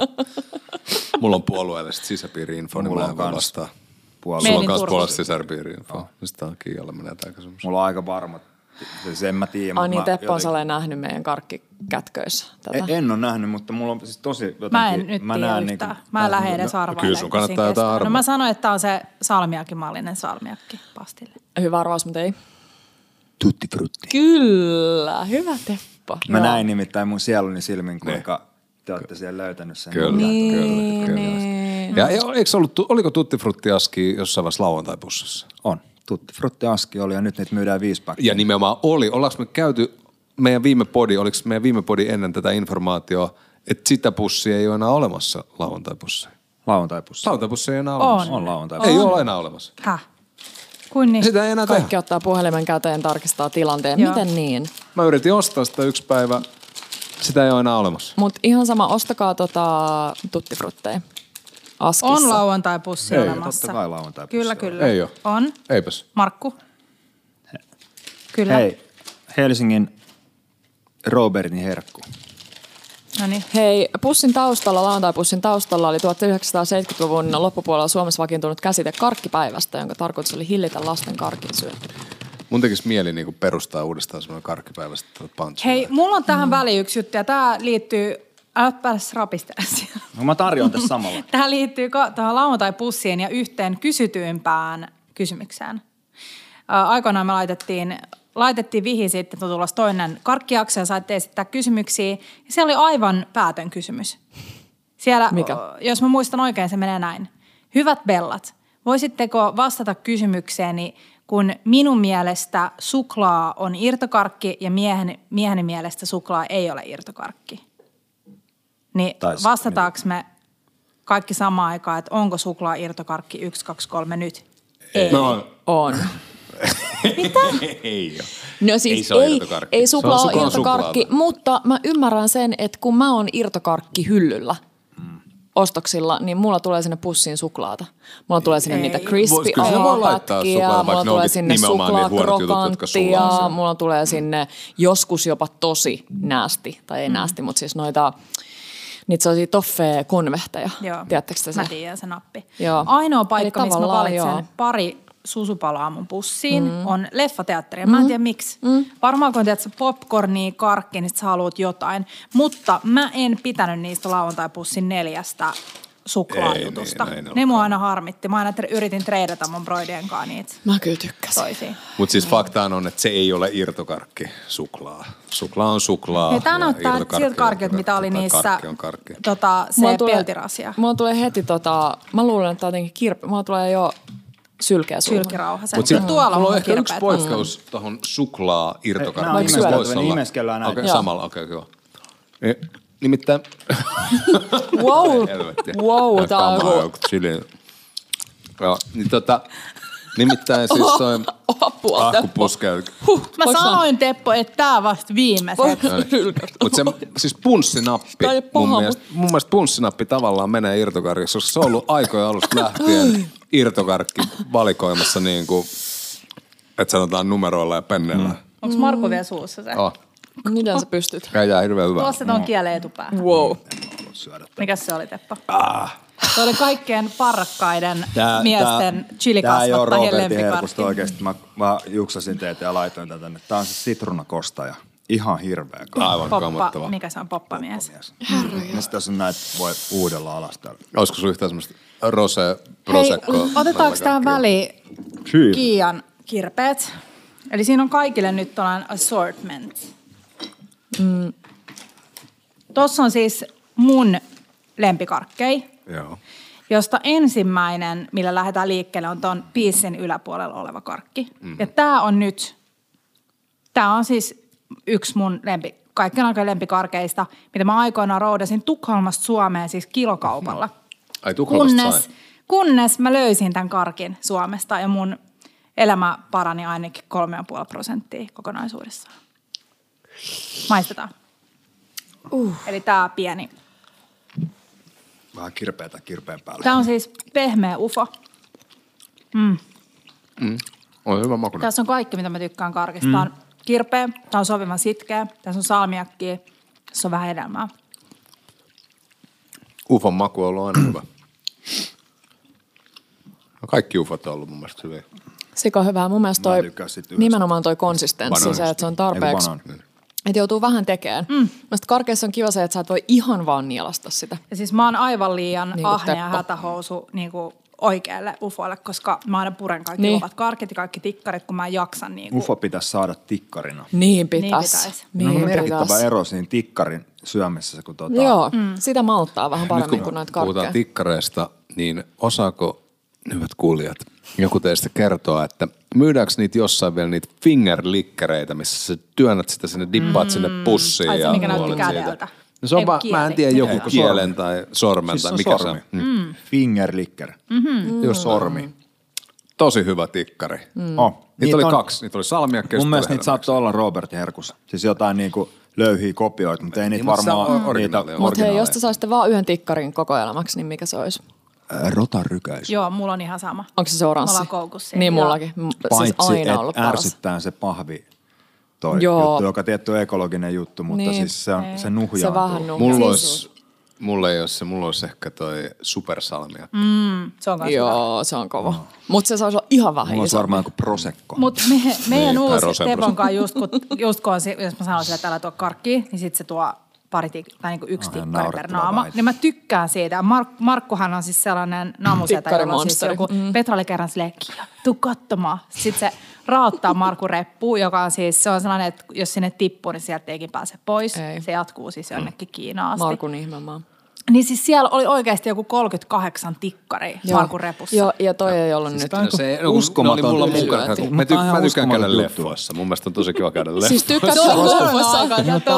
Speaker 1: Mulla on puolueelliset sisäpiiri-info, niin
Speaker 3: Mulla
Speaker 1: mä
Speaker 3: on
Speaker 1: en voi
Speaker 3: kans
Speaker 1: vastaa.
Speaker 3: puolue.
Speaker 1: Sulla on
Speaker 2: Menin
Speaker 1: kans
Speaker 2: Turussa.
Speaker 1: puolesta sisäpiiri-info. Mistä on Kiialle menee tää kysymys?
Speaker 3: Mulla on aika varma. Siis en mä tiedä.
Speaker 4: Ai niin, Teppo on
Speaker 3: jotenkin-
Speaker 4: sellainen nähnyt meidän karkkikätköissä tätä.
Speaker 3: En ole nähnyt, mutta mulla on siis tosi jotenkin...
Speaker 2: Mä en nyt tiedä
Speaker 3: näen
Speaker 2: yhtään.
Speaker 3: niinku-
Speaker 2: Mä en lähde edes arvailemaan.
Speaker 1: kyllä sun kannattaa
Speaker 2: siinä
Speaker 1: jotain
Speaker 2: kestää. No
Speaker 1: arvaa.
Speaker 2: mä sanoin, että tää on se salmiakkimallinen salmiakki pastille.
Speaker 4: Hyvä arvaus, mutta ei.
Speaker 3: Tutti frutti.
Speaker 4: Kyllä, hyvä Teppo.
Speaker 3: Mä näin nimittäin mun sieluni silmin, kuinka te olette siellä löytänyt sen.
Speaker 1: Kyllä, kyllä. Ja oliko Tutti Frutti aski jossain vaiheessa lauantaipussissa?
Speaker 3: On. Tutti Frutti Aski oli ja nyt niitä myydään 5 pakkia.
Speaker 1: Ja nimenomaan oli. Ollaanko me käyty oliko meidän viime podi ennen tätä informaatiota, että sitä pussia ei ole enää olemassa lauantaipussia? Lauantaipussia ei enää olemassa.
Speaker 3: On lauantaipussia.
Speaker 1: Ei ole enää olemassa.
Speaker 2: Häh? Kuin niin?
Speaker 1: Sitä ei enää
Speaker 4: Kaikki
Speaker 1: tehdä.
Speaker 4: ottaa puhelimen käteen, tarkistaa tilanteen.
Speaker 2: Joo.
Speaker 4: Miten niin?
Speaker 1: Mä yritin ostaa sitä yksi päivä. Sitä ei ole enää olemassa.
Speaker 4: Mutta ihan sama, ostakaa tuttifrutteja Askissa.
Speaker 2: On lauantaipussi
Speaker 3: Ei,
Speaker 2: olemassa.
Speaker 3: totta kai lauantaipussia.
Speaker 2: Kyllä.
Speaker 1: Ei oo.
Speaker 2: On.
Speaker 1: Eipäs.
Speaker 2: Markku? Kyllä.
Speaker 3: Hei, Helsingin Robertin herkku.
Speaker 2: Noniin.
Speaker 4: Hei, lauantaipussin taustalla oli 1970-luvun loppupuolella Suomessa vakiintunut käsite karkkipäivästä, jonka tarkoitus oli hillitä lasten karkinsyöntiä.
Speaker 1: Mun tekisi mieli niinku perustaa uudestaan semmoinen karkkipäivästä punch.
Speaker 2: Hei, mulla on tähän väliin yksi juttu ja tää liittyy, älä pääse rapistella siellä.
Speaker 3: No mä tarjoan tässä samalla.
Speaker 2: Tähän liittyy tähän lauantai-pussiin ja yhteen kysytyimpään kysymykseen. Aikoinaan me laitettiin vihi sitten, että tulossa toinen karkkijakso ja saitte esittää kysymyksiä. Ja siellä oli aivan päätön kysymys. Siellä,
Speaker 4: Mikä?
Speaker 2: jos mä muistan oikein, se menee näin. Hyvät bellat, voisitteko vastata kysymykseeni, kun minun mielestä suklaa on irtokarkki ja mieheni mielestä suklaa ei ole irtokarkki? Niin vastataanko me kaikki samaan aikaan, että onko suklaa irtokarkki 1, 2, 3 nyt? Ei.
Speaker 1: No,
Speaker 4: On.
Speaker 2: Mitä?
Speaker 1: ei ole.
Speaker 4: No siis
Speaker 1: Ei se ole irtokarkki.
Speaker 4: ei suklaa
Speaker 1: Se
Speaker 4: ole
Speaker 1: on
Speaker 4: irtokarkki,
Speaker 1: suklaata.
Speaker 4: mutta mä ymmärrän sen, että kun mä oon irtokarkki hyllyllä ostoksilla, niin mulla tulee sinne pussiin suklaata. Mulla tulee sinne niitä crispy
Speaker 1: Kyllä se voi laittaa
Speaker 4: pätkiä,
Speaker 1: suklaata, vaikka
Speaker 4: mulla
Speaker 1: ne
Speaker 4: tulee
Speaker 1: onkin
Speaker 4: sinne
Speaker 1: nimenomaan niin huonot jutut, jotka sulaa
Speaker 4: suklaakrokantia,
Speaker 1: sen.
Speaker 4: mulla tulee sinne joskus jopa tosi näästi, tai ei näästi, mutta siis niitä sellaisia toffee-konvehteja.
Speaker 2: Joo.
Speaker 4: Tiedättekö te se?
Speaker 2: Mä tiedän se nappi.
Speaker 4: Joo.
Speaker 2: Ainoa paikka,
Speaker 4: Eli
Speaker 2: missä mä
Speaker 4: tavallaan
Speaker 2: valitsen
Speaker 4: joo.
Speaker 2: pari susupalaa mun pussiin, on leffateatteri. Mä en tiedä miksi. Varmaan kun tiedät popcornia, karkki, niin sit sä haluat jotain. Mutta mä en pitänyt niistä lauantai-pussin 4 suklaajutusta.
Speaker 1: Ei, ne
Speaker 2: Ne mua aina harmitti. Mä aina yritin treidata mun broidien kanssa niitä
Speaker 4: Mä kyllä tykkäsin.
Speaker 2: toisiin.
Speaker 1: Mutta siis faktaan on, että se ei ole irtokarkki suklaa. Suklaa on suklaa.
Speaker 2: Hei, tää
Speaker 1: ja
Speaker 2: näyttää
Speaker 1: irtokarkki
Speaker 2: siltä
Speaker 1: on
Speaker 2: karkilta, mitä oli
Speaker 1: tai
Speaker 2: niissä
Speaker 1: Karkki on karkki.
Speaker 2: se peltirasia.
Speaker 4: Mulla tulee heti mä luulen, että jotenkin mulla tulee jo sylkeä suuhun.
Speaker 2: Sylkirauhasen.
Speaker 1: Mutta
Speaker 2: Tuolla on
Speaker 1: mulla on
Speaker 2: mun
Speaker 1: ehkä yksi
Speaker 2: kirpeät.
Speaker 1: poikkeus tuohon suklaa irtokarkkiin.
Speaker 3: Nämä on
Speaker 1: Voisi
Speaker 3: nimeskeltävä,
Speaker 1: olla.
Speaker 3: nimeskellään näin.
Speaker 1: Okei,
Speaker 4: Joo.
Speaker 1: samalla, okei, hyvä. Nimittäin...
Speaker 4: Wow,
Speaker 1: Helvettiä.
Speaker 4: wow, tää on
Speaker 1: Kamaa
Speaker 4: joku
Speaker 1: joku chili. Joo, niin nimittäin siis toi
Speaker 4: apua.
Speaker 1: akku puskee.
Speaker 2: Mä sanoin, Teppo, että tää vasta viimeiseksi.
Speaker 1: Mutta se siis punssinappi,
Speaker 4: Tää ei paha,
Speaker 1: mun mielestä punssinappi tavallaan menee irtokarkiksi, koska se on ollut aikojen alusta lähtien irtokarkki valikoimassa niin kuin, että sanotaan numeroilla ja penneillä.
Speaker 2: Onko Markku vielä suussa se?
Speaker 4: Miten sä pystyt?
Speaker 1: Jää hirveän hyvä.
Speaker 2: Tuossa ton kielen etupäähän.
Speaker 4: Wow.
Speaker 2: Mikäs se oli, Teppo? Se oli kaikkien parrakkaiden miesten
Speaker 3: Tää ei ole
Speaker 2: chilikasvattajien
Speaker 3: Robertin
Speaker 2: lempikarkki.
Speaker 3: herkusta oikeesti. Mä juksasin teitä ja laitoin tätä tänne. Tää on se sitruunakostaja. Ihan hirveä
Speaker 1: Aivan kammottava.
Speaker 2: Mikä se on, poppamies?
Speaker 3: Mistä tässä on näitä voi uudella alas täällä?
Speaker 1: Olisiko sun yhtään semmoista
Speaker 2: Hei,
Speaker 1: prosecco?
Speaker 2: otetaanko tähän väliin
Speaker 3: Syy.
Speaker 2: Kiian kirpeet? Eli siinä on kaikille nyt tällainen assortment. Tossa on siis mun lempikarkkei,
Speaker 1: Joo.
Speaker 2: josta ensimmäinen, millä lähdetään liikkeelle, on tuon piissin yläpuolella oleva karkki. Ja tää on siis yksi mun kaikkien aikojen lempikarkeista, mitä mä aikoinaan roudasin Tukholmasta Suomeen siis kilokaupalla.
Speaker 1: Ai Tukholmasta sai.
Speaker 2: Kunnes mä löysin tämän karkin Suomesta ja mun elämä parani ainakin 3,5% kokonaisuudessaan. Maistetaan. Eli tää pieni.
Speaker 3: Vähän kirpeätä kirpeen päälle.
Speaker 2: Tää on siis pehmeä ufo.
Speaker 1: On hyvä maku.
Speaker 2: Tässä on kaikki, mitä mä tykkään karkista. Tää on kirpeä, tää on sopivan sitkeä, tässä on salmiakkia, tässä on vähän hedelmää.
Speaker 1: Ufon maku on ollut aina hyvä. No kaikki ufot on ollut mun mielestä hyviä.
Speaker 4: Sika hyvää. Mun mielestä
Speaker 3: Mä
Speaker 4: toi,
Speaker 3: tykkään sit yhdestä.
Speaker 4: nimenomaan toi konsistenssi, se, että se on tarpeeksi. Että joutuu vähän tekemään. Mielestäni karkeassa on kiva se, että sä et voi ihan vaan nielasta sitä.
Speaker 2: Ja siis mä oon aivan liian
Speaker 4: Niin kuin
Speaker 2: ahne ja
Speaker 4: Teppo.
Speaker 2: hätähousu niin kuin oikealle ufoille, koska mä aina puren kaikki
Speaker 4: Niin.
Speaker 2: luvat karkit ja kaikki tikkarit, kun mä en jaksa. Niin kuin.
Speaker 3: Ufo pitäisi saada tikkarina.
Speaker 4: Niin
Speaker 2: Niin
Speaker 4: pitäisi.
Speaker 2: pitäisi.
Speaker 3: No on merkittävä ero siinä tikkarin syömisessä, kun
Speaker 4: Joo, sitä malttaa vähän paremmin kuin noita
Speaker 1: Puhutaan
Speaker 4: karkkeja.
Speaker 1: tikkareista, niin osaako hyvät kuulijat, joku teistä kertoo, että myydäänkö niitä jossain vielä niitä fingerlikkereitä, missä sä työnnät sitä sinne, dippaat sinne pussiin
Speaker 2: Ai se,
Speaker 1: ja
Speaker 2: mikä näytti
Speaker 1: huolet siitä.
Speaker 2: kädeltä.
Speaker 1: No se on mä en tiedä, joku
Speaker 3: Ei,
Speaker 1: kielen tai sormen
Speaker 3: Siis
Speaker 1: tai
Speaker 3: se
Speaker 1: mikä
Speaker 3: on sormi.
Speaker 1: se on.
Speaker 3: Fingerlicker.
Speaker 1: Just
Speaker 3: Sormi.
Speaker 1: Tosi hyvä tikkari. Niitä oli kaksi. Niitä oli salmiakkeista.
Speaker 3: Mun mielestä niitä saattoi olla Robertin herkussa. Siis jotain niinku löyhiä kopioita, mutta ei niitä varmaan niitä
Speaker 4: Mutta hei, jos te
Speaker 3: originaaleja.
Speaker 4: saisitte vaan yhden tikkarin koko elämäksi, niin mikä se olisi?
Speaker 3: Rotarykäisy.
Speaker 2: Joo, mulla on ihan sama.
Speaker 4: Onko se oranssi?
Speaker 2: Me ollaan koukussa.
Speaker 4: Niin mullakin.
Speaker 3: Paitsi,
Speaker 4: Siis aina ollut
Speaker 3: että
Speaker 4: paras.
Speaker 3: ärsyttää se pahvi toi
Speaker 4: Joo.
Speaker 3: juttu, joka tietty on ekologinen juttu, mutta
Speaker 4: Niin.
Speaker 3: siis se, on, se nuhjaantuu.
Speaker 4: Se vähän nuhjaa.
Speaker 1: Mulla ei ole se, mulla olisi ehkä toi supersalmiakki.
Speaker 2: Se on kanssa hyvä.
Speaker 4: Joo, se on kova. Mutta se saisi olla ihan vähän
Speaker 3: Mulla olisi
Speaker 4: isompi.
Speaker 3: varmaan joku prosecco.
Speaker 2: Mutta meidän
Speaker 1: Niin,
Speaker 2: uusi
Speaker 1: tai Rose
Speaker 2: Tepon kanssa just kun on, jos mä sanon sille, että älä tuo karkkia, niin sit se tuo tai niinku yksi tikkari per
Speaker 3: naurettava
Speaker 2: naama.
Speaker 3: väite.
Speaker 2: Niin mä tykkään siitä. Markkuhan on siis sellainen naamusieltä, jolla on siis joku Petra oli kerran silleen, tuu katsomaan. Sitten se raottaa Markun reppuun, joka on siis, se on sellainen, että jos sinne tippuu, niin sieltä eikin pääse pois.
Speaker 4: Ei.
Speaker 2: Se jatkuu siis jonnekin Kiinaan asti.
Speaker 4: Markun ihmemaa.
Speaker 2: Niin siis siellä oli oikeasti joku 38 tikkaria Markun repussa.
Speaker 4: Joo, ja toi ei ollut nyt.
Speaker 3: Tää on
Speaker 1: No se,
Speaker 3: niinku
Speaker 1: ne oli
Speaker 3: uskomaton
Speaker 1: mulla
Speaker 3: juttu.
Speaker 1: mukana.
Speaker 3: Mutta
Speaker 1: Mä
Speaker 3: tää on ihan
Speaker 1: tykkään käydä
Speaker 3: uskomaton juttu.
Speaker 1: leffoissa. Mun mielestä on tosi kiva käydä leffoissa.
Speaker 4: Siis tykkäätkö leffoissa?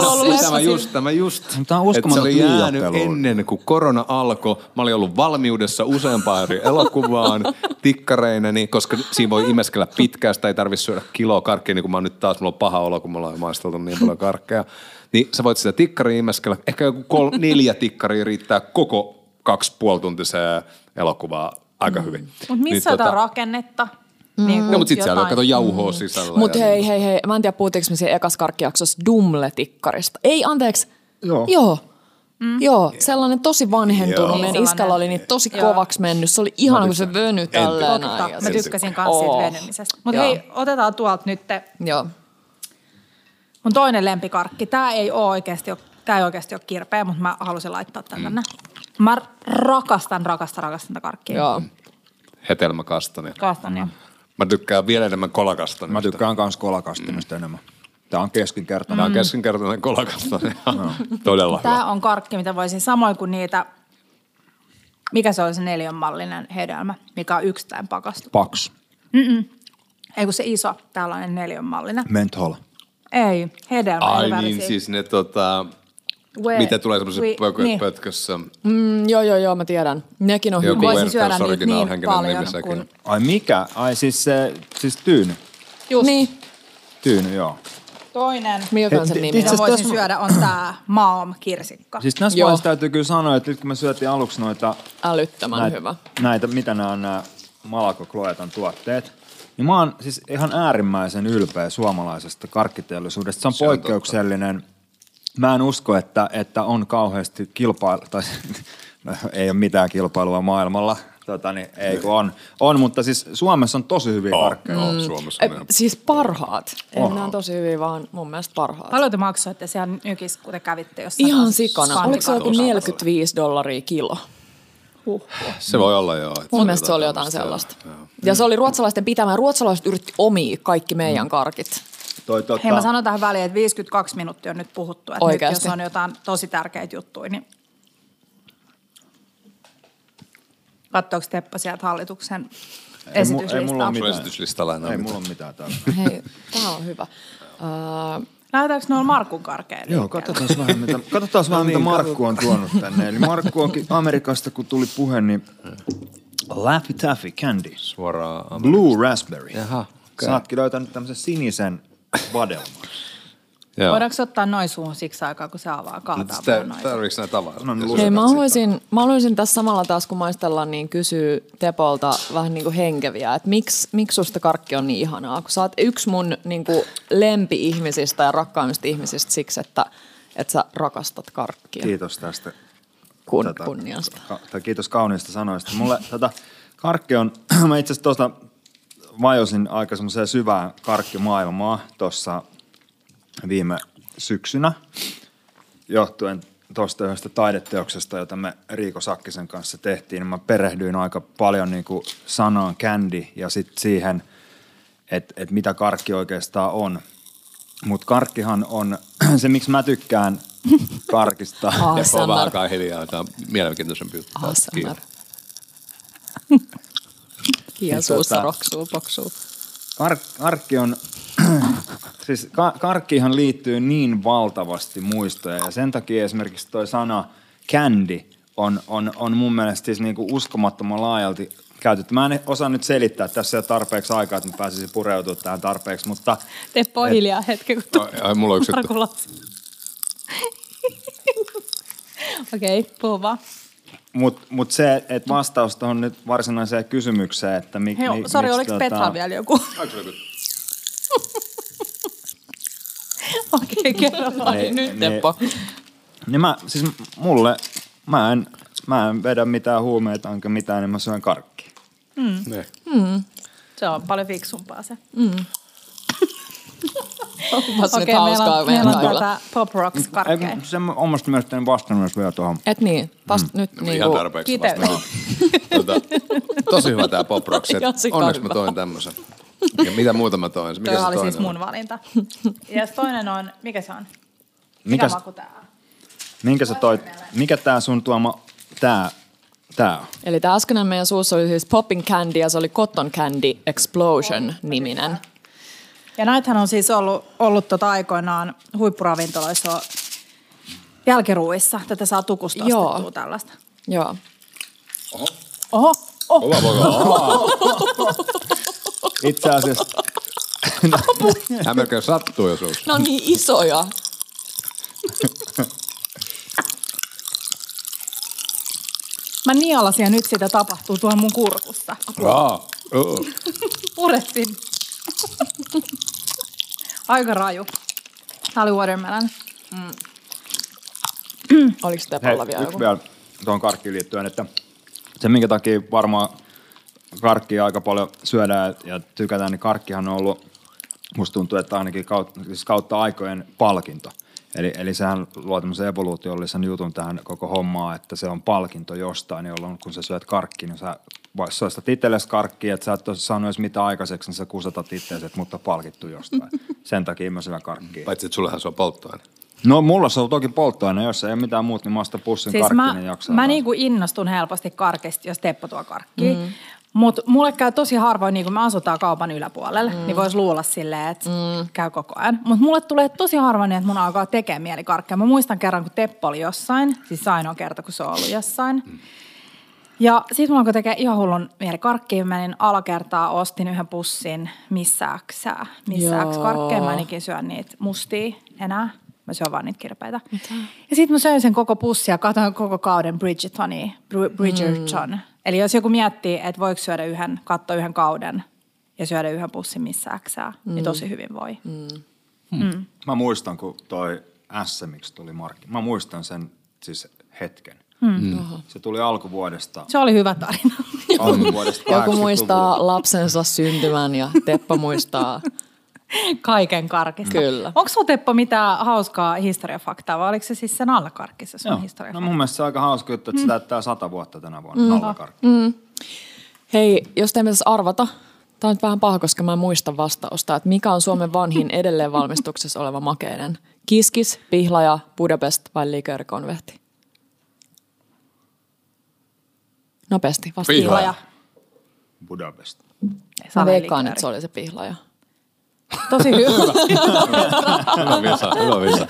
Speaker 1: Tämä just.
Speaker 3: Tämä on
Speaker 1: Että se
Speaker 3: uskomaton
Speaker 1: oli jäänyt
Speaker 3: liioitteluun.
Speaker 1: ennen kuin korona alkoi. Mä olin ollut valmiudessa useampaan eri elokuvaan tikkareineni, koska siinä voi imeskellä pitkään, sitä ei tarvitse syödä kiloa karkkia, niin kuin mä oon nyt taas, mulla on paha olo, kun mulla on maisteltu niin paljon karkkeja. Niin sä voit sitä tikkaria imeskellä, ehkä joku 4 tikkaria riittää koko 2,5-tuntiseen elokuvaa aika hyvin.
Speaker 2: Mutta missä jotain rakennetta? Niin
Speaker 1: No, mutta sit siellä on kato jauhoa sisällä.
Speaker 4: Mutta
Speaker 1: ja-
Speaker 4: hei, mä en tiedä puhuttiinko me siinä ekas karkkijaksossa Dumle-tikkarista. Ei, anteeksi.
Speaker 3: Joo.
Speaker 4: Joo, sellainen tosi vanhentunut.
Speaker 1: Joo.
Speaker 4: Meidän iskällä oli niitä tosi kovaksi mennyt. Se oli ihana, kun se vönyi tälleen.
Speaker 2: Totta,
Speaker 4: näin.
Speaker 2: mä tykkäsin kanssa siitä venymisestä. Mutta hei, otetaan tuolta nyt
Speaker 4: Joo.
Speaker 2: mun toinen lempikarkki. Tää ei oikeasti ole kirpeä, mutta mä halusin laittaa tän tänne. Mä rakastan tätä karkkia.
Speaker 4: Joo.
Speaker 1: Hetelmäkastania.
Speaker 2: Kastania.
Speaker 1: Mä tykkään vielä enemmän kolakastanista.
Speaker 3: Mä tykkään kans kolakastimista enemmän. Tää on keskinkertainen.
Speaker 1: Tää on keskinkertainen kolakastania. Todella hyvä.
Speaker 2: Tää on karkki, mitä voisin samoin kuin niitä, mikä se oli se 4-mallinen hedelmä, mikä on yksittäin pakastu.
Speaker 3: Paks.
Speaker 2: Ei kun se iso, tällainen 4-mallinen.
Speaker 3: Menthol.
Speaker 2: Ei, hedelmä.
Speaker 1: Ai
Speaker 2: eri
Speaker 1: niin,
Speaker 2: värisiä.
Speaker 1: siis ne
Speaker 2: We-
Speaker 1: mitä tulee semmoisen
Speaker 2: niin.
Speaker 1: pötkössä.
Speaker 4: Joo, mä tiedän. Nekin on
Speaker 1: Joku
Speaker 4: hyvä.
Speaker 2: Voisin syödä
Speaker 1: Werther's
Speaker 2: niitä
Speaker 1: Original
Speaker 2: niin
Speaker 1: henkinen
Speaker 2: paljon
Speaker 1: nimi sekin.
Speaker 2: kuin...
Speaker 3: Ai mikä? Ai siis se, siis tyyny.
Speaker 2: Just.
Speaker 4: Niin.
Speaker 3: Tyyny, joo.
Speaker 2: Toinen,
Speaker 4: Mikä on sen
Speaker 3: He-
Speaker 4: nimi?
Speaker 3: itse
Speaker 2: mitä
Speaker 3: asiassa
Speaker 2: voisin
Speaker 3: tässä-
Speaker 2: syödä, on tää Maom-kirsikka.
Speaker 3: Siis tässä
Speaker 4: Joo.
Speaker 3: vaiheessa täytyy kyllä sanoa, että nyt kun me syötiin aluksi noita
Speaker 4: Älyttömän hyvä.
Speaker 3: näitä, mitä nämä on nämä Malaco Cloetan tuotteet, niin mä oon siis ihan äärimmäisen ylpeä suomalaisesta karkkiteollisuudesta. Se on poikkeuksellinen. Mä en usko, että on kauheasti tai no, ei ole mitään kilpailua maailmalla. Ei kun on, mutta siis Suomessa on tosi hyviä karkkeja.
Speaker 1: Suomessa on ihan.
Speaker 4: Siis parhaat. Ei nämä on tosi hyviä, vaan mun mielestä parhaat.
Speaker 2: Paljon te maksoitte siellä nykissä, kun te kävitte jossain?
Speaker 4: Ihan
Speaker 2: taas
Speaker 4: sikana. Oliko se joku
Speaker 2: Skandinaavissa?
Speaker 4: $45 kilo?
Speaker 1: Se voi olla joo.
Speaker 4: Mun mielestä se oli jotain sellaista. Ja se oli ruotsalaisten pitämään. Ruotsalaiset yritti omia kaikki meidän karkit.
Speaker 2: Hei, mä sanon tähän väliin, että 52 minuuttia on nyt puhuttu. Että nyt,
Speaker 4: Oikeasti.
Speaker 2: jos on jotain tosi tärkeitä juttuja, niin katsoako Teppo sieltä hallituksen
Speaker 3: Ei
Speaker 2: esityslistaa?
Speaker 3: mulla ole mitään.
Speaker 1: Esityslistalla enää
Speaker 3: Ei
Speaker 1: mitään.
Speaker 3: mulla ole mitään täällä.
Speaker 4: Hei, tää on hyvä.
Speaker 2: Lähdetäänkö noilla Markun karkeilla?
Speaker 3: Joo, katsotaan vähän, mitä Markku on tuonut tänne. Eli Markku onkin Amerikasta, kun tuli puhe, niin Laffy Taffy Candy.
Speaker 1: Suoraan.
Speaker 3: Blue Raspberry.
Speaker 1: Jaha, okei.
Speaker 3: Sä ootkin löytänyt tämmöisen sinisen vadelman.
Speaker 1: Joo.
Speaker 2: Voidaanko ottaa noin suuhun siksi aikaa, kun se avaa kaataa vaan noin?
Speaker 1: Tarviiko näitä tavata?
Speaker 3: No, niin
Speaker 4: Hei, mä haluaisin tässä samalla taas, kun maistellaan, niin kysyä Tepolta vähän niin kuin henkeviä, että miksi susta karkki on niin ihanaa? Kun sä oot yksi mun niin kuin lempi-ihmisistä ja rakkaimmista ihmisistä siksi, että sä rakastat karkkia.
Speaker 3: Kiitos tästä.
Speaker 4: Kunniasta.
Speaker 3: Kiitos kauniista sanoista. Mulle karkki on, mä itse asiassa tuosta vajosin aika semmoiseen syvään karkkimaailmaa tuossa viime syksynä, johtuen tuosta yhdestä taideteoksesta, jota me Riiko Sakkisen kanssa tehtiin. Mä perehdyin aika paljon niin kuin sanaan candy ja sitten siihen, että mitä karkki oikeastaan on. Mutta karkkihan on se, miksi mä tykkään karkista.
Speaker 1: Teppo on vähän aikaa hiljaa. Tämä on mielenkiintoisempi juttu.
Speaker 4: ASMR. Ja suussa roksuu, poksuu.
Speaker 3: Karkki on, siis karkkihan liittyy niin valtavasti muistoja ja sen takia esimerkiksi toi sana candy on mun mielestä siis niinku uskomattoman laajalti käytetty. Mä en osaa nyt selittää, tässä ei ole tarpeeksi aikaa, että mä pääsisin pureutumaan tähän tarpeeksi, mutta...
Speaker 2: Teppo on hiljaa hetken, kun
Speaker 1: mulla on yksi juttu.
Speaker 2: Okei, puhu vaan.
Speaker 3: Mut se, että vastaus tuohon nyt varsinaiseen kysymykseen, että
Speaker 2: Sori, oliko Petra vielä joku? Okei, kerro vaan.
Speaker 4: Nyt Teppo.
Speaker 3: Niin mä en vedä mitään huumeita, enkä mitään, niin mä syön karkkia.
Speaker 2: Se on paljon fiksumpaa se.
Speaker 4: Okei,
Speaker 2: meillä on tätä Pop Rocks karkkeja.
Speaker 3: Se on omasta mielestäni vastannut vielä tuohon.
Speaker 4: Et niin, nyt
Speaker 1: Ihan
Speaker 4: niinku...
Speaker 1: tarpeeksi vastannut. Tosi hyvä tää Pop Rocks. Onneksi mä toin tämmösen. Ja mitä muuta mä toin?
Speaker 2: Tuo oli siis mun valinta. Ja toinen on, mikä se on? Mikä maku tää?
Speaker 3: Minkä sä toit? Mikä tää sun tuoma, tää on?
Speaker 4: Eli tää äskeinen meidän suussa oli siis Popping Candy ja se oli Cotton Candy Explosion-niminen.
Speaker 2: Ja näitähän on siis ollut aikoinaan huippuravintoloissa jälkiruuissa. Tätä saa tukusta ostettua tällaista.
Speaker 4: Joo.
Speaker 2: Oho.
Speaker 3: Itse asiassa...
Speaker 1: Hän melkein sattuu jo suussa.
Speaker 4: Ne on niin isoja.
Speaker 2: Mä nialasin ja nyt sitä tapahtuu tuolla mun kurkussa. Puretsin. Aika raju. Tää oli watermelon.
Speaker 4: Oliko Tepolla vielä
Speaker 3: yksi
Speaker 4: joku?
Speaker 3: vielä tuohon karkkiin liittyen, että se minkä takia varmaan karkkia aika paljon syödään ja tykätään, niin karkkihan on ollut, musta tuntuu, että ainakin kautta aikojen palkinto. Eli sehän luo tämmöisen evoluutiollisen jutun tähän koko hommaan, että se on palkinto jostain, jolloin kun sä syöt karkkia, niin sä soistat itsellesi karkkia, että sä et ole saanut edes mitään aikaiseksi, niin sä kusatat itseäsi, mutta palkittu jostain. Sen takia mä syön karkkia.
Speaker 1: Paitsi, että sullehan se on polttoaine.
Speaker 3: No mulla se on toki polttoaine, jos ei ole mitään muuta, niin mä ostan pussin
Speaker 2: siis
Speaker 3: karkkia, niin jaksaa.
Speaker 2: Mä niinku innostun helposti karkista, jos Teppo tuo karkkia. Mutta mulle käy tosi harvoin, niin kun me asutaan kaupan yläpuolella, niin vois luulla silleen, että käy koko ajan. Mutta mulle tulee tosi harvoin, että mun alkaa tekemään mieli karkkia. Mä muistan kerran, kun Teppo oli jossain, siis ainoa kerta, kun se on ollut jossain. Ja sit mulla alkoi tekee ihan hullun mieli karkkia. Mä menin alakertaa, ostin yhden pussin, missääks karkkeja. Mä ainakin syön niitä mustia enää. Mä syön vaan niitä kirpeitä. Ja sit mä söin sen koko pussia ja katsoin koko kauden Bridgerton. Eli jos joku miettii, että voiko katsoa yhden kauden ja syödä yhden pussin missä äksää, niin tosi hyvin voi.
Speaker 3: Mä muistan, kun toi SMX tuli mä muistan sen siis hetken. Se tuli alkuvuodesta.
Speaker 2: Se oli hyvä tarina.
Speaker 3: Alkuvuodesta
Speaker 4: Joku muistaa lapsensa syntymän ja Teppo muistaa...
Speaker 2: Kaiken karkista.
Speaker 4: Kyllä.
Speaker 2: Onko sulla, Teppo, mitään hauskaa historiafaktaa, vai oliko se siis sen allakarkissa sun historiafakta?
Speaker 3: No mun mielestä se on aika hauska juttu, että se täyttää 100 vuotta tänä vuonna, allakarkki.
Speaker 4: Hei, jos teemme tässä arvata, tämä on nyt vähän paha, koska mä en muista vastausta, että mikä on Suomen vanhin edelleen valmistuksessa oleva makeinen? Kiskis, pihlaja, Budapest vai liköörikonvehti? Nopeasti, vasta.
Speaker 2: Pihlaja.
Speaker 3: Budapest.
Speaker 4: Mä veikkaan, että se oli se pihlaja.
Speaker 2: Tosi hyvä.
Speaker 1: Hyvä visa.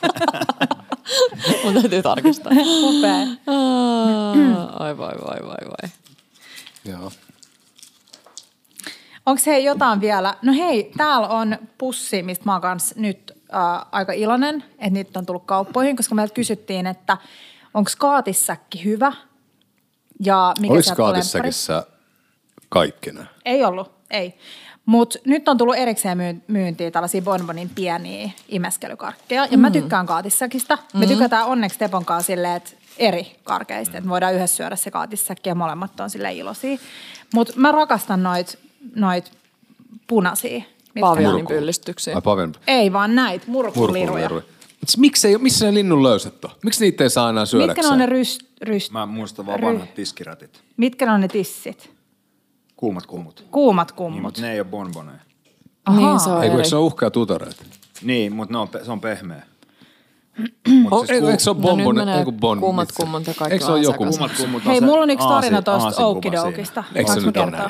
Speaker 4: Mun täytyy tarkistaa.
Speaker 2: Upea.
Speaker 4: Ai vai.
Speaker 1: Joo.
Speaker 2: Onko hei jotain vielä? No hei, täällä on pussi, mistä mä oon kanssa nyt aika iloinen, että nyt on tullut kauppoihin, koska meiltä kysyttiin, että onko kaatissäkki hyvä ja mikä
Speaker 1: olis
Speaker 2: sieltä on
Speaker 1: kaatissäkissä kaikkina?
Speaker 2: Ei ollut, ei. Mutta nyt on tullut erikseen myyntiin tällaisia Bonbonin pieniä imeskelykarkkeja. Ja mä tykkään kaatissäkistä. Me tykätään onneksi Tepon kanssa silleen, että eri karkeista. Että voidaan yhdessä syödä se kaatissäkki ja molemmat on silleen iloisia. Mutta mä rakastan noit punaisia.
Speaker 4: Pavionin pyllistyksiä.
Speaker 2: Ei vaan näitä murkuliruja.
Speaker 1: Missä ne linnun löysät on? Miksi niitä ei saa enää syödäkseen?
Speaker 2: Mitkä ne on ne
Speaker 3: Mä muistan vaan vanhat tiskirätit.
Speaker 2: Mitkä ne on ne tissit?
Speaker 3: Kuumat kummut.
Speaker 2: Kuumat
Speaker 3: Niin,
Speaker 2: kummut.
Speaker 3: mutta ne ei ole bonboneja.
Speaker 4: Niin se on
Speaker 1: Eikö
Speaker 4: eri.
Speaker 1: se ole uhkea tutoreita?
Speaker 3: Niin, mutta se on pehmeä.
Speaker 1: Eikö se ole bonbone?
Speaker 4: No nyt menee
Speaker 1: Bon,
Speaker 4: kuumat
Speaker 1: mitkä?
Speaker 4: kummut ja kaikki
Speaker 1: Eikö se ole joku?
Speaker 3: Kuumat kummut
Speaker 2: Hei,
Speaker 3: on
Speaker 2: mulla on yksi tarina
Speaker 3: aasinkuva
Speaker 2: tuosta
Speaker 3: siinä.
Speaker 2: Oukidokista.
Speaker 1: Eikö se
Speaker 2: Voinko
Speaker 1: nyt
Speaker 2: mä
Speaker 1: ole
Speaker 2: kertoa?
Speaker 1: näitä?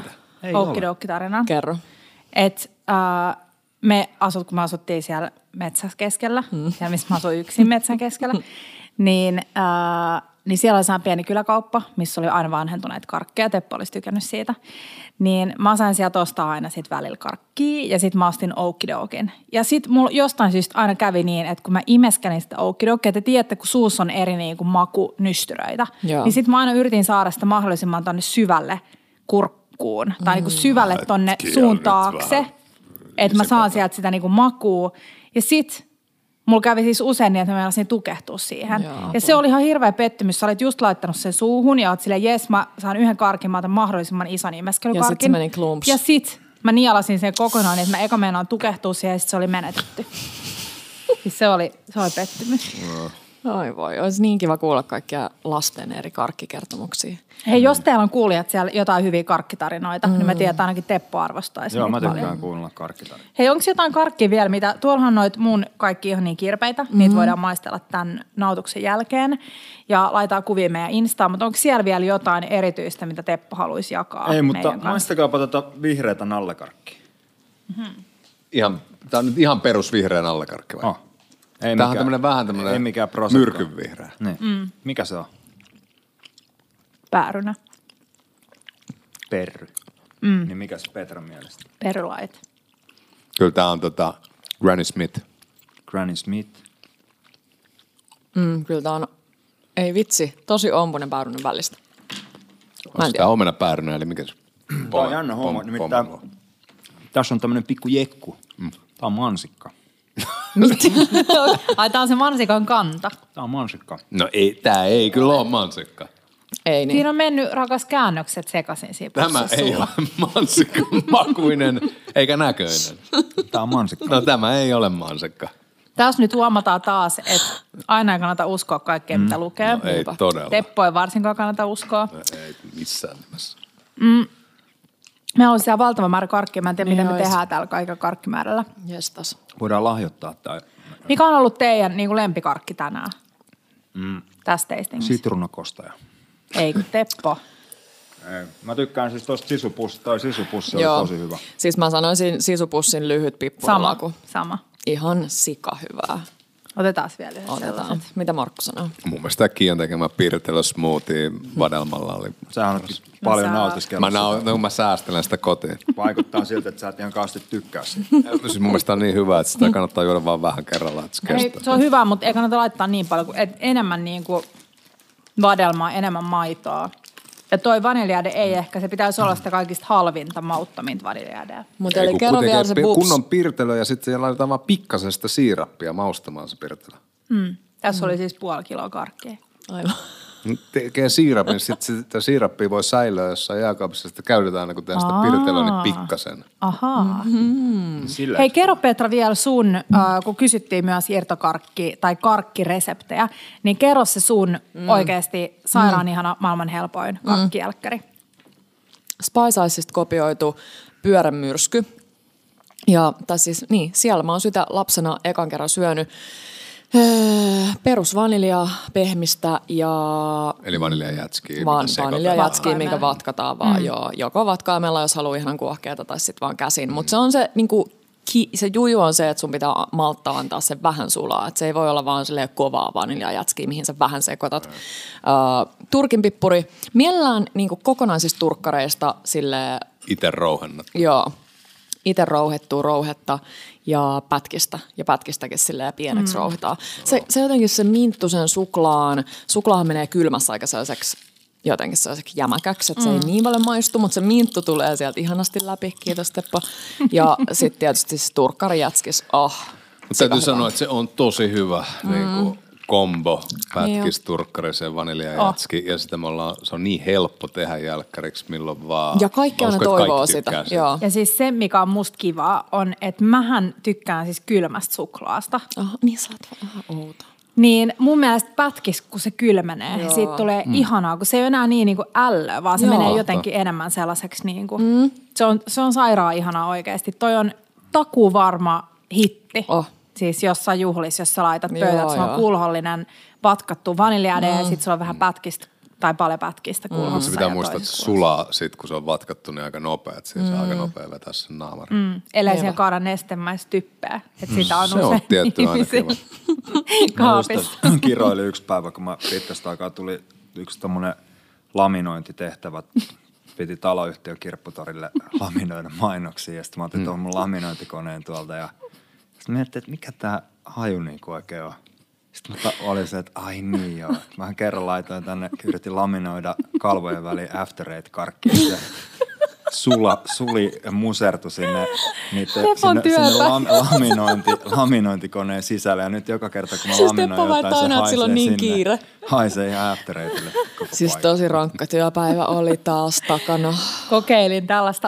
Speaker 2: oukkidoukki-tarina.
Speaker 4: Kerro.
Speaker 2: Et kun me asuttiin siellä metsässä keskellä, siellä missä mä asuin yksin metsän keskellä, niin siellä oli pieni kyläkauppa, missä oli aina vanhentuneita karkkeja. Teppo olisi tykännyt siitä. Niin mä sain sieltä ostaa aina sit välillä karkkia ja sit mä ostin oukkidokin. Ja sit mulla jostain syystä aina kävi niin, että kun mä imeskelin sitä oukkidokia, te tiedätte, kun suussa on eri niin kuin makunystyröitä, niin sit mä aina yritin saada sitä mahdollisimman tonne syvälle kurkkuun tai niin kuin syvälle tonne suun taakse, että mä saan sieltä sitä niin kuin makua. Ja sit mulla kävi siis usein niin, että mä meinasin tukehtua siihen. Ja se oli ihan hirveä pettymys. Sä olit just laittanut sen suuhun ja oot silleen, jes, mä saan yhden karkin, mä otan mahdollisimman ison imeskelykarkin.
Speaker 4: Ja sit se meni klumps.
Speaker 2: Ja sit mä nialasin sen kokonaan, niin että mä eka meinaan tukehtua siihen ja sit se oli menetetty. Siis se oli pettymys.
Speaker 4: Ai voi, olisi niin kiva kuulla kaikkia lasten eri karkkikertomuksia.
Speaker 2: Hei, jos teillä on kuulijat siellä jotain hyviä karkkitarinoita, niin mä tiedän, että ainakin Teppo arvostaisi.
Speaker 3: Joo, mä tykkään kuunnella karkkitarinoita.
Speaker 2: Hei, onko jotain karkkia vielä, mitä, tuollahan noit mun kaikki ihan niin kirpeitä, niitä voidaan maistella tämän nautuksen jälkeen ja laittaa kuvia meidän Instaan, mutta onko siellä vielä jotain erityistä, mitä Teppo haluaisi jakaa?
Speaker 3: Ei, mutta maistakaapa vihreätä nallekarkkia.
Speaker 1: Tää on nyt ihan perusvihreä nallekarkki vai? Tämä on vähän tämmöinen myrkynvihreä.
Speaker 3: Niin. Mikä se on?
Speaker 2: Päärynä.
Speaker 3: Perry. Niin mikä se Petran mielestä?
Speaker 2: Perylait.
Speaker 1: Kyllä tää on Granny Smith.
Speaker 3: Granny Smith.
Speaker 4: Kyllä tää on, ei vitsi, tosi ompunen päärynän välistä.
Speaker 1: Onko tää omena päärynä, eli mikä se?
Speaker 3: Tää on jännä homma. Nimittäin tässä on tämmönen pikku jekku. Tää on mansikka.
Speaker 2: Ai, tää on se mansikan kanta.
Speaker 3: Tää on mansikka.
Speaker 1: No ei, tää ei kyllä ole mansikka.
Speaker 4: Ei niin.
Speaker 2: Siinä on mennyt rakas käännökset sekaisin siinä
Speaker 1: Tämä ei ole mansikkan makuinen eikä näköinen.
Speaker 3: Tää on mansikka.
Speaker 1: No tämä ei ole mansikka.
Speaker 2: Tässä nyt huomataan taas, että aina ei kannata uskoa kaikkea, mitä lukee.
Speaker 1: No ei todella.
Speaker 2: Teppo ei varsinkaan kannata uskoa.
Speaker 1: No, ei missään nimessä.
Speaker 2: Meillä on siellä valtava määrä karkkia. Mä en tiedä, miten me tehdään täällä kaikilla karkkimäärällä.
Speaker 4: Jestas.
Speaker 3: Voidaan lahjoittaa tää.
Speaker 2: Mikä on ollut teidän niin kuin lempikarkki tänään? Tässä tastingissa.
Speaker 3: Sitruunakostaja.
Speaker 2: Ei kun Teppo.
Speaker 3: Ei. Mä tykkään siis tosta sisupussista. Toi sisupussi oli tosi hyvä.
Speaker 4: Siis mä sanoisin sisupussin lyhyt pippurilaku.
Speaker 2: Sama.
Speaker 4: Ihan sika hyvää.
Speaker 2: Otetaan vielä yhden
Speaker 4: Otetaan.
Speaker 2: sellaiset.
Speaker 4: Mitä Markku sanoo?
Speaker 1: Mun mielestä Kiian tekemä pirtelö smoothie vadelmalla oli.
Speaker 3: Sähän oot paljon nautiskellut.
Speaker 1: Mä säästelen sitä kotiin.
Speaker 3: Vaikuttaa siltä, että sä et ihan kaasti tykkää siitä.
Speaker 1: Siis mun mielestä on niin hyvä, että sitä kannattaa juoda vaan vähän kerrallaan, että se kestää.
Speaker 2: Se on hyvä, mutta ei kannata laittaa niin paljon, enemmän niin kuin vadelmaa, enemmän maitoa. Ja toi vaniljääde ei ehkä, se pitäisi olla sitä kaikista halvinta, mauttominta vaniljäädeä.
Speaker 4: Mutta eli kerro vielä se bubs.
Speaker 1: Kunnon pirtelö ja sitten siellä laitetaan vaan pikkasen sitä siirappia maustamaan se pirtelö.
Speaker 2: Tässä oli siis 0,5 kiloa karkkia.
Speaker 4: Aivan.
Speaker 1: Tekee siirapin, sitten sitä siirappia voi säilöä jossain jääkaapissa, sitä käytetään aina, kun tehdään sitä pirtelöä, niin pikkasen.
Speaker 2: Ahaa. Hei, kerro Petra vielä sun, kun kysyttiin myös irtokarkki- tai karkkireseptejä, niin kerro se sun oikeasti sairaan ihana maailman helpoin karkkijälkkäri.
Speaker 4: Spice Icesta kopioitu pyörämyrsky. Ja siis, niin, siellä mä oon sitä lapsena ekan kerran syönyt. Perusvaniljaa, pehmistä ja...
Speaker 1: Eli vaniljajätskiä.
Speaker 4: Vaniljajätskiä, minkä vatkataan vaan joko vatkaimella, jos haluaa ihan kuohkeata, tai sitten vaan käsin. Mutta se on se, niinku, se juju on se, että sun pitää malttaa antaa se vähän sulaa. Et se ei voi olla vaan silleen kovaa vaniljajätskiä, mihin sä vähän sekoitat. Turkinpippuri. Mielellään niinku kokonaisista turkkareista silleen...
Speaker 1: Itse rouhennat.
Speaker 4: Joo. Itse rouhettua rouhetta ja pätkistä. Ja pätkistäkin silleen pieneksi rouhitaan. Se jotenkin se minttusen suklaahan menee kylmässä aika sellaiseksi jotenkin sellaiseksi jämäkäksi, että se ei niin paljon maistu, mutta se minttu tulee sieltä ihanasti läpi. Kiitos Teppo. Ja sitten tietysti se turkkarijätskis.
Speaker 1: Mutta täytyy sanoa, että se on tosi hyvä niin kombo, pätkis, turkkari, se vaniljajätski. Ja sitä se on niin helppo tehdä jälkkäriksi milloin vaan.
Speaker 4: Ja kaikki aina toivoo sitä. Joo.
Speaker 2: Ja siis se, mikä on musta kivaa, on, että mähän tykkään siis kylmästä suklaasta.
Speaker 4: Niin sä oot vähän outo.
Speaker 2: Niin mun mielestä pätkis, kun se kylmenee, siitä tulee ihanaa, kun se ei ole enää niin kuin ällöä, vaan se menee jotenkin enemmän sellaiseksi niin kuin, se on sairaan ihanaa oikeasti. Toi on takuvarma hitti. Siis jossain juhlissa, jos sä laitat pöytään, että se on kulhollinen vatkattu vaniljääde ja sitten sulla on vähän pätkistä tai paljapätkistä kulhossa.
Speaker 1: Se pitää muistaa, että sulaa sit, kun se on vatkattu, niin aika nopea, että siinä saa aika nopea vetää sen naamarin.
Speaker 2: Ellei siellä kaada nestemäistä typpeä. Että sitä on
Speaker 1: se on tietty aina kiva.
Speaker 2: Kaapissa.
Speaker 3: Kiroili yksi päivä, kun mä pitkästä aikaa tuli yksi tommonen laminointitehtävä. Piti taloyhtiön kirpputorille laminoida mainoksia ja sitten mä otin tuon mun laminointikoneen tuolta ja sitten mietin, että mikä tää haju niinku oikein on. Sitten mä olin se, että ai niin joo. Mä kerran laitoin tänne, yritin laminoida kalvojen väliin After Eight-karkkiin ja suli ja musertu sinne laminointikoneen sisälle. Ja nyt joka kerta, kun mä laminoin jotain, se haisee
Speaker 4: niin kiire.
Speaker 3: Haisee ihan After Eightille.
Speaker 4: Siis tosi rankka työpäivä oli taas takana.
Speaker 2: Kokeilin tällaista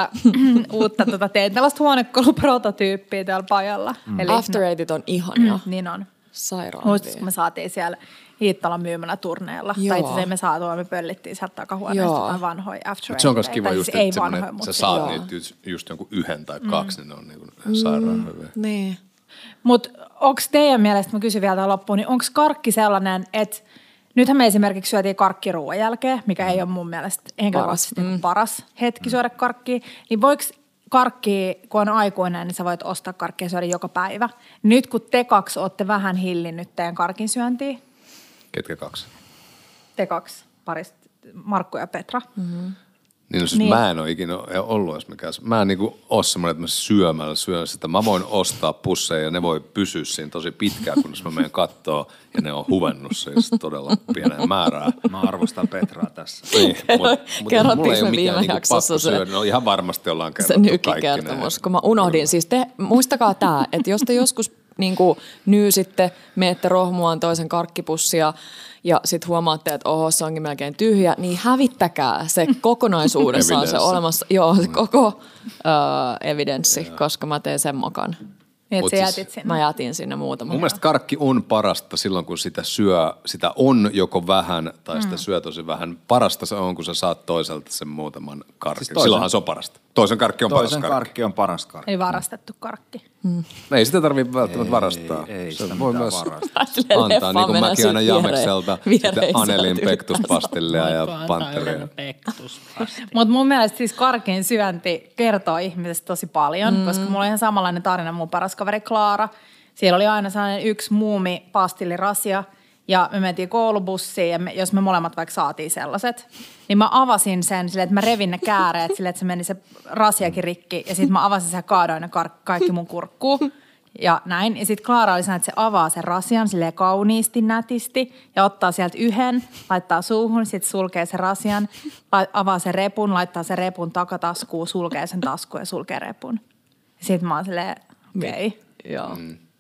Speaker 2: tein tällaista huonekaluprototyyppiä täällä pajalla.
Speaker 4: Eli After Eightit on ihania.
Speaker 2: Niin on.
Speaker 4: Sairaan.
Speaker 2: Muistas, kun me saatiin siellä Hiittalan myymällä turneella. Tai itse asiassa me saatua, me pöllittiin sieltä takahuoneesta vanhoja After Eight.
Speaker 1: Se on myös kiva just,
Speaker 2: siis
Speaker 1: että semmoinen, sä saat niitä just jonkun yhden tai kaksi, niin ne on niinku sairaan hyviä.
Speaker 4: Niin.
Speaker 2: Mutta onko teidän mielestä, mä kysyn vielä tähän loppuun, niin onko karkki sellainen, että nythän me esimerkiksi syötiin karkki ruoan jälkeen, mikä ei ole mun mielestä henkilökohtaisesti paras hetki syödä karkkia, niin voiko karkki, kun on aikuinen, niin sä voit ostaa karkkia ja syödä joka päivä. Nyt kun te kaksi olette vähän hillinnyt teidän karkin syöntiä.
Speaker 1: Ketkä kaksi?
Speaker 2: Te kaksi, parista, Markku ja Petra.
Speaker 1: Niin, no siis mä en ole ikinä ollut edes mikään. Mä en niinku ole semmoinen, että mä syön sitä. Mä voin ostaa pusseja ja ne voi pysyä siinä tosi pitkään, kunnes mä menen kattoo ja ne on huvennut siis todella pienen määrää.
Speaker 3: Mä arvostan Petraa tässä.
Speaker 1: Niin, mutta mulla ei ole mikään niinku pakko syödä. No ihan varmasti ollaan kerrottu
Speaker 4: kaikki. Se nykikertomus, kun mä unohdin. Siis muistakaa tää, että jos te joskus niinku nyysitte, meette rohmuaan toisen karkkipussia ja sitten huomaatte, että oho, se onkin melkein tyhjä, niin hävittäkää se kokonaisuudessaan se olemassa, se koko evidenssi, koska mä tein sen mokan.
Speaker 2: Että sä jätit sinne.
Speaker 4: Mä jätin sinne muutaman.
Speaker 1: Mun mielestä karkki on parasta silloin, kun sitä syö, sitä on joko vähän tai sitä syö tosi vähän. Parasta se on, kun sä saat toiselta sen muutaman karkin. Siis silloinhan se on parasta. Toisen karkki on paras karkki.
Speaker 3: Toisen karkki on paras karkki.
Speaker 2: Ei varastettu karkki.
Speaker 1: Ei sitä tarvitse välttämättä varastaa.
Speaker 3: Ei
Speaker 1: se
Speaker 3: sitä
Speaker 1: voi
Speaker 3: mitään
Speaker 1: myös
Speaker 3: varastaa.
Speaker 1: antaa, niin kuin mäkin aina Jamekselta, sitten Anelin pektuspastillia ja panteria.
Speaker 2: Mutta mun mielestä siis karkin syönti kertoo ihmisestä tosi paljon, koska mulla on ihan samanlainen tarina mun paras kaveri Klaara. Siellä oli aina sellainen yksi muumipastillirasia ja me mentiin koulubussiin ja jos me molemmat vaikka saatiin sellaiset, niin mä avasin sen silleen, että mä revin ne kääreet silleen, että se meni se rasiakin rikki ja sitten mä avasin sen ja kaadoin ne kaikki mun kurkkuun ja näin. Ja sitten Klaara oli sanonut, että se avaa sen rasian silleen kauniisti, nätisti ja ottaa sieltä yhden, laittaa suuhun, sitten sulkee sen rasian, avaa sen repun, laittaa sen repun takataskuun, sulkee sen taskuun ja sulkee repun. Ja sitten mä oon silleen, okei.
Speaker 4: Joo.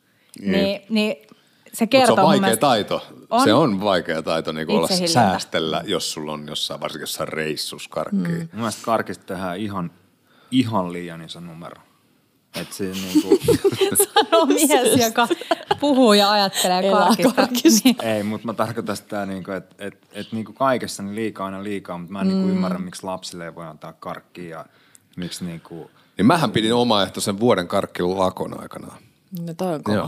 Speaker 2: Niin se kertoo.
Speaker 1: Mutta se on vaikea taito. Se on vaikea taito niin olla
Speaker 2: hillintä.
Speaker 1: säästellä, jos sulla on jossain, varsinkin jossain reissus karkkia.
Speaker 3: Mun mielestä karkista tehdään ihan liian iso numero. Että se niinku...
Speaker 2: Sano mies, joka puhuu ja ajattelee karkista.
Speaker 3: Ei, mutta mä tarkoitan sitä, niinku, että niinku kaikessa niin liikaa aina liikaa, mutta mä en niinku ymmärrä, miksi lapsille ei voi antaa karkkia ja miksi niinku...
Speaker 1: Niin mähän pidin omaehtoisen vuoden karkkilakon aikanaan.
Speaker 4: No toi on kova.
Speaker 1: Joo,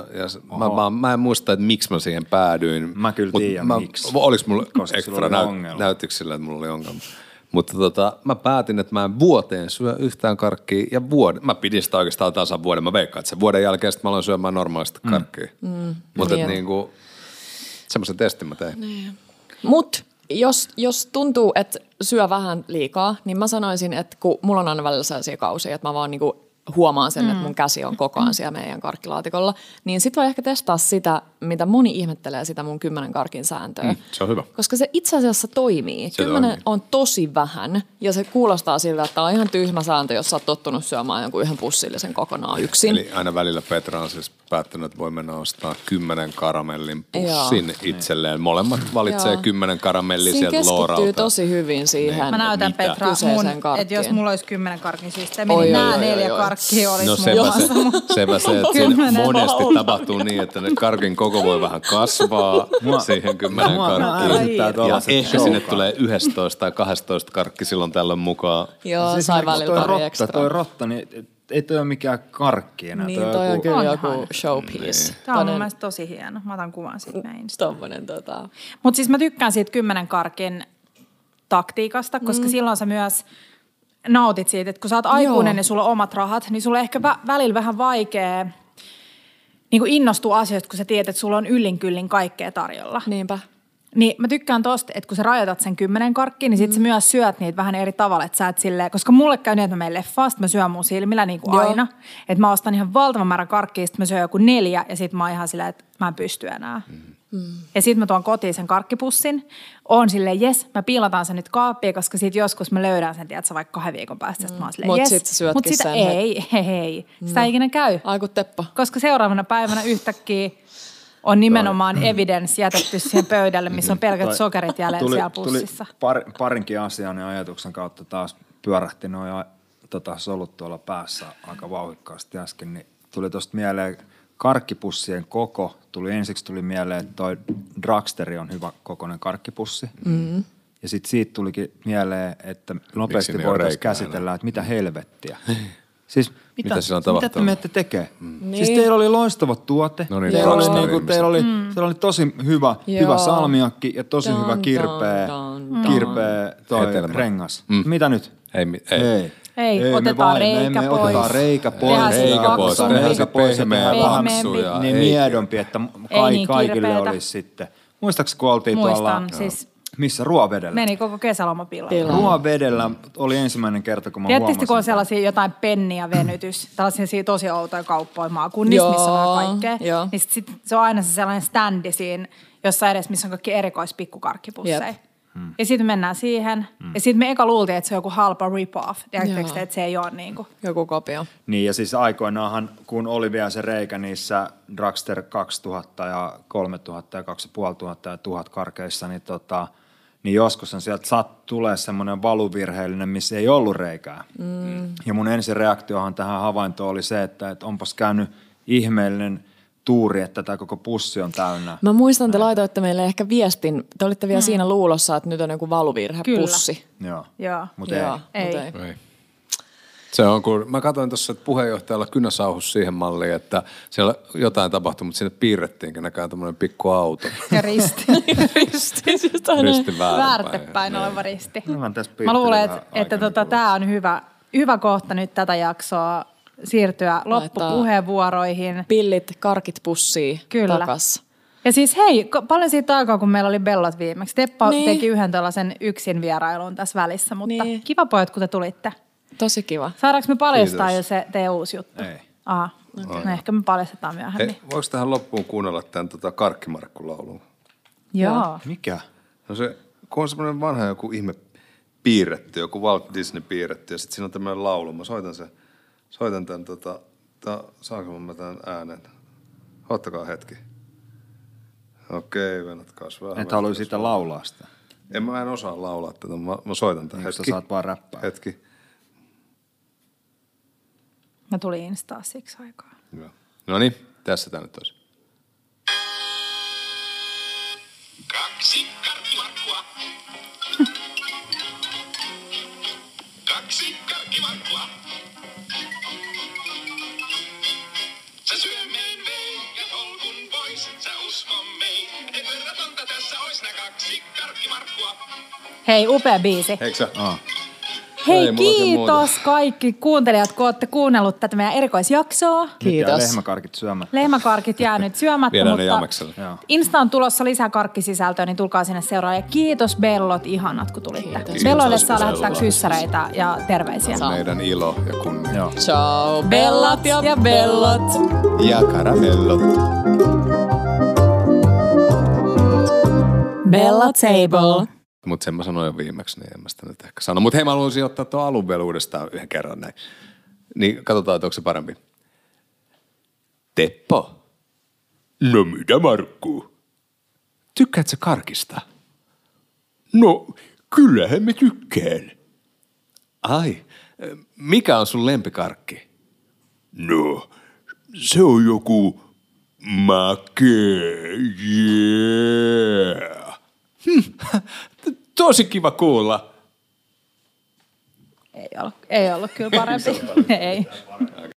Speaker 1: ja mä en muista, että miksi mä siihen päädyin.
Speaker 3: Mä kyllä tiedän miksi.
Speaker 1: Olis mulla
Speaker 3: koska
Speaker 1: ekstra näyttikö sillä, että mulla oli ongelma. Mutta mä päätin, että mä en vuoteen syö yhtään karkkia ja mä pidin sitä oikeastaan tasan vuoden. Mä veikkaan, että sen vuoden jälkeen mä aloin syömään normaalisti karkkia. Mutta niinku, semmoisen testin mä tein.
Speaker 4: Niin. Mut jos tuntuu, että syö vähän liikaa, niin mä sanoisin, että kun mulla on aina välillä sellaisia kausia, että mä vaan niinku huomaan sen, että mun käsi on koko ajan siellä meidän karkkilaatikolla, niin sit voi ehkä testaa sitä, mitä moni ihmettelee sitä mun 10 karkin sääntöä.
Speaker 1: Se on hyvä.
Speaker 4: Koska se itse asiassa toimii. 10 on tosi vähän ja se kuulostaa siltä, että on ihan tyhmä sääntö, jos sä oot tottunut syömään jonkun yhden pussillisen kokonaan yksin.
Speaker 1: Eli aina välillä Petra on siis päättänyt, että voi mennä ostaa 10 karamellin pussin itselleen. Molemmat valitsee 10 karamellia sieltä Looralta.
Speaker 4: Siinä keskittyy tosi hyvin siihen.
Speaker 2: Mä näytän Petra, että jos mulla olisi 10 karkin systeemi, niin nämä 4 karkkia olisi
Speaker 1: sepä se, että siinä monesti tapahtuu niin, että ne karkin koko voi vähän kasvaa siihen 10 karkkiin. Ja ehkä sinne tulee 11 tai 12 karkki silloin tällöin mukaan.
Speaker 4: Joo, siis sai välillä pari ekstra.
Speaker 3: Toi rotta, niin ei toi ole mikään karkki enää.
Speaker 4: Niin, toi on kyllä joku showpiece.
Speaker 2: Niin. Tämä on mun mielestä tosi hieno. Mä otan kuvan siitä meidän.
Speaker 4: Tommonen
Speaker 2: Mutta siis mä tykkään siitä 10 karkin taktiikasta, koska silloin sä myös nautit siitä, että kun sä oot aikuinen ja sulla on omat rahat, niin sulla on ehkä välillä vähän vaikea niin kuin innostua asioista, kun sä tiedät, että sulla on yllin kyllin kaikkea tarjolla.
Speaker 4: Niinpä.
Speaker 2: Niin mä tykkään tosta, että kun sä rajoitat sen 10 karkkiin, niin sit sä myös syöt niitä vähän eri tavalla, että sä et silleen, koska mulle käy niin, että mä menen leffaan, mä syön mun silmillä niin kuin aina. Että mä ostan ihan valtavan määrän karkkia, sit mä syön joku 4 ja sit mä oon ihan silleen, että mä en pysty enää. Ja sit mä tuon kotiin sen karkkipussin, oon silleen, jes, mä piilotan sen nyt kaappiin, koska sit joskus mä löydän sen, tiedätkö, vaikka 2 viikon päästä, sit mä oon silleen, jes.
Speaker 4: Mut
Speaker 2: sitä ei, sitä ei ikinä käy.
Speaker 4: Aiku Teppo.
Speaker 2: Koska seuraavana päivänä yhtäkkiä on nimenomaan evidence jätetty siihen pöydälle, missä on pelkät sokerit jäljellä siellä pussissa.
Speaker 3: Parinkin asian ja ajatuksen kautta taas pyörähti noin solut tuolla päässä aika vauhikkaasti äsken, niin tuli tuosta mieleen karkkipussien koko. Tuli mieleen, että toi Dragsteri on hyvä kokoinen karkkipussi. Mm-hmm. Ja sitten siitä tulikin mieleen, että nopeasti voitaisiin käsitellä, että mitä helvettiä. Siis mitä te menette tekemään? Niin. Siis teillä oli loistava tuote. No niin, teillä oli tosi hyvä salmiakki ja tosi hyvä kirpeä toi rengas. Mitä nyt?
Speaker 2: Ei, otetaan reikä pois.
Speaker 3: Reikä pois ja pehmeämpi. Niin miedompi, että kaikille olisi sitten. Muistaaks kun oltiin tuolla? Siis missä? Ruovedellä.
Speaker 2: Meni koko kesäloma pilalle.
Speaker 3: Ruovedellä oli ensimmäinen kerta, kun mä huomasin.
Speaker 2: Tietysti kun on sellaisia jotain penni ja venytys, tällaisia tosi outoja kauppoja maakunnissa, missä on kaikkea, niin sit se on aina se sellainen standi siinä jossain edes, missä on kaikki erikoispikkukarkkipusseja. Ja sitten mennään siihen. Ja sitten me eka luultiin, että se on joku halpa rip-off. Tiedättekö, että se ei ole niin kuin
Speaker 4: joku kopio.
Speaker 3: Niin ja siis aikoinaanhan, kun oli vielä se reikä niissä Dragster 2000 ja 3000 ja 2500 ja 1000 karkeissa, niin joskus sieltä tulee semmoinen valuvirheellinen, missä ei ollut reikää. Ja mun ensin reaktiohan tähän havaintoon oli se, että onpas käynyt ihmeellinen tuuri, että tämä koko pussi on täynnä.
Speaker 4: Mä muistan, te laitoitte meille ehkä viestin. Te olitte vielä siinä luulossa, että nyt on joku valuvirhepussi.
Speaker 3: Joo. Mutta ei.
Speaker 1: Se on, kun mä katsoin tuossa, että puheenjohtajalla kynäsauhus siihen malliin, että siellä jotain tapahtui, mutta sinne piirrettiinkin näkään tämmöinen pikku auto.
Speaker 2: Ja risti.
Speaker 1: Risti
Speaker 2: väärinpäin oleva risti. Mä luulen, että tämä on hyvä kohta nyt tätä jaksoa siirtyä loppupuheenvuoroihin.
Speaker 4: Pillit, karkit pussiin takas.
Speaker 2: Ja siis hei, paljon siitä aikaa, kun meillä oli Bellot viimeksi. Teppo teki yhden tällaisen yksin vierailun tässä välissä, mutta kiva pojat, kun te tulitte.
Speaker 4: Tosi kiva.
Speaker 2: Saadaanko me paljastaa jo se teidän uusi juttu?
Speaker 3: Ei.
Speaker 2: Aha, no ehkä me paljastetaan myöhemmin.
Speaker 1: Hei, voiko tähän loppuun kuunnella tämän Karkkimarkku-laulun?
Speaker 2: Joo.
Speaker 3: Mikä?
Speaker 1: No se, kun on semmoinen vanha joku ihme piirretty, joku Walt Disney piirretty ja sitten siinä on tämmöinen laulu. Mä soitan tämän, saanko mä tämän äänen? Ottakaa hetki. Okei, venatkaas vähän.
Speaker 3: Et halua sitä laulaa sitä?
Speaker 1: Mä en osaa laulaa tätä, mä soitan tämän hetki.
Speaker 3: Sä saat vaan räppää.
Speaker 1: Hetki.
Speaker 2: Mä tulin Instaa siksi aikaa.
Speaker 1: No niin, tässä tää nyt olisi.
Speaker 5: 2 karkkimarkkua. 2 karkkimarkkua. Sä syö mein ja tolkun pois. Sä usko mein. Ei verratonta tässä ois nää 2 karkkimarkkua.
Speaker 2: Hei, upea biisi.
Speaker 1: Eikö sä?
Speaker 2: Hei, kiitos kaikki kuuntelijat, kun olette kuunnellut tätä meidän erikoisjaksoa.
Speaker 3: Kiitos. Lehmäkarkit syömättä.
Speaker 2: Lehmäkarkit jää nyt syömättä,
Speaker 1: viedään
Speaker 2: mutta Insta on tulossa lisää karkkisisältöä, niin tulkaa sinne seuraan. Ja kiitos Bellot, ihanat kun tulitte. Belloille saa lähettää kyssäreitä ja terveisiä.
Speaker 1: Meidän ilo ja kunnia.
Speaker 4: Ciao, Bellat ja Bellot.
Speaker 1: Ja karamellot.
Speaker 2: Bella Table.
Speaker 1: Mutta sen mä sanoin jo viimeksi, niin en mä sitä nyt ehkä sano. Mutta hei, mä haluaisin ottaa tuon alun vielä uudestaan yhden kerran näin. Niin katsotaan, että onko se parempi. Teppo. No mitä, Markku? Tykkäätkö sä karkista? No, kyllähän mä tykkään. Ai, mikä on sun lempikarkki? No, se on joku makee, yeah. Tosi kiva kuulla.
Speaker 2: Ei ollut kyllä parempi. Ei.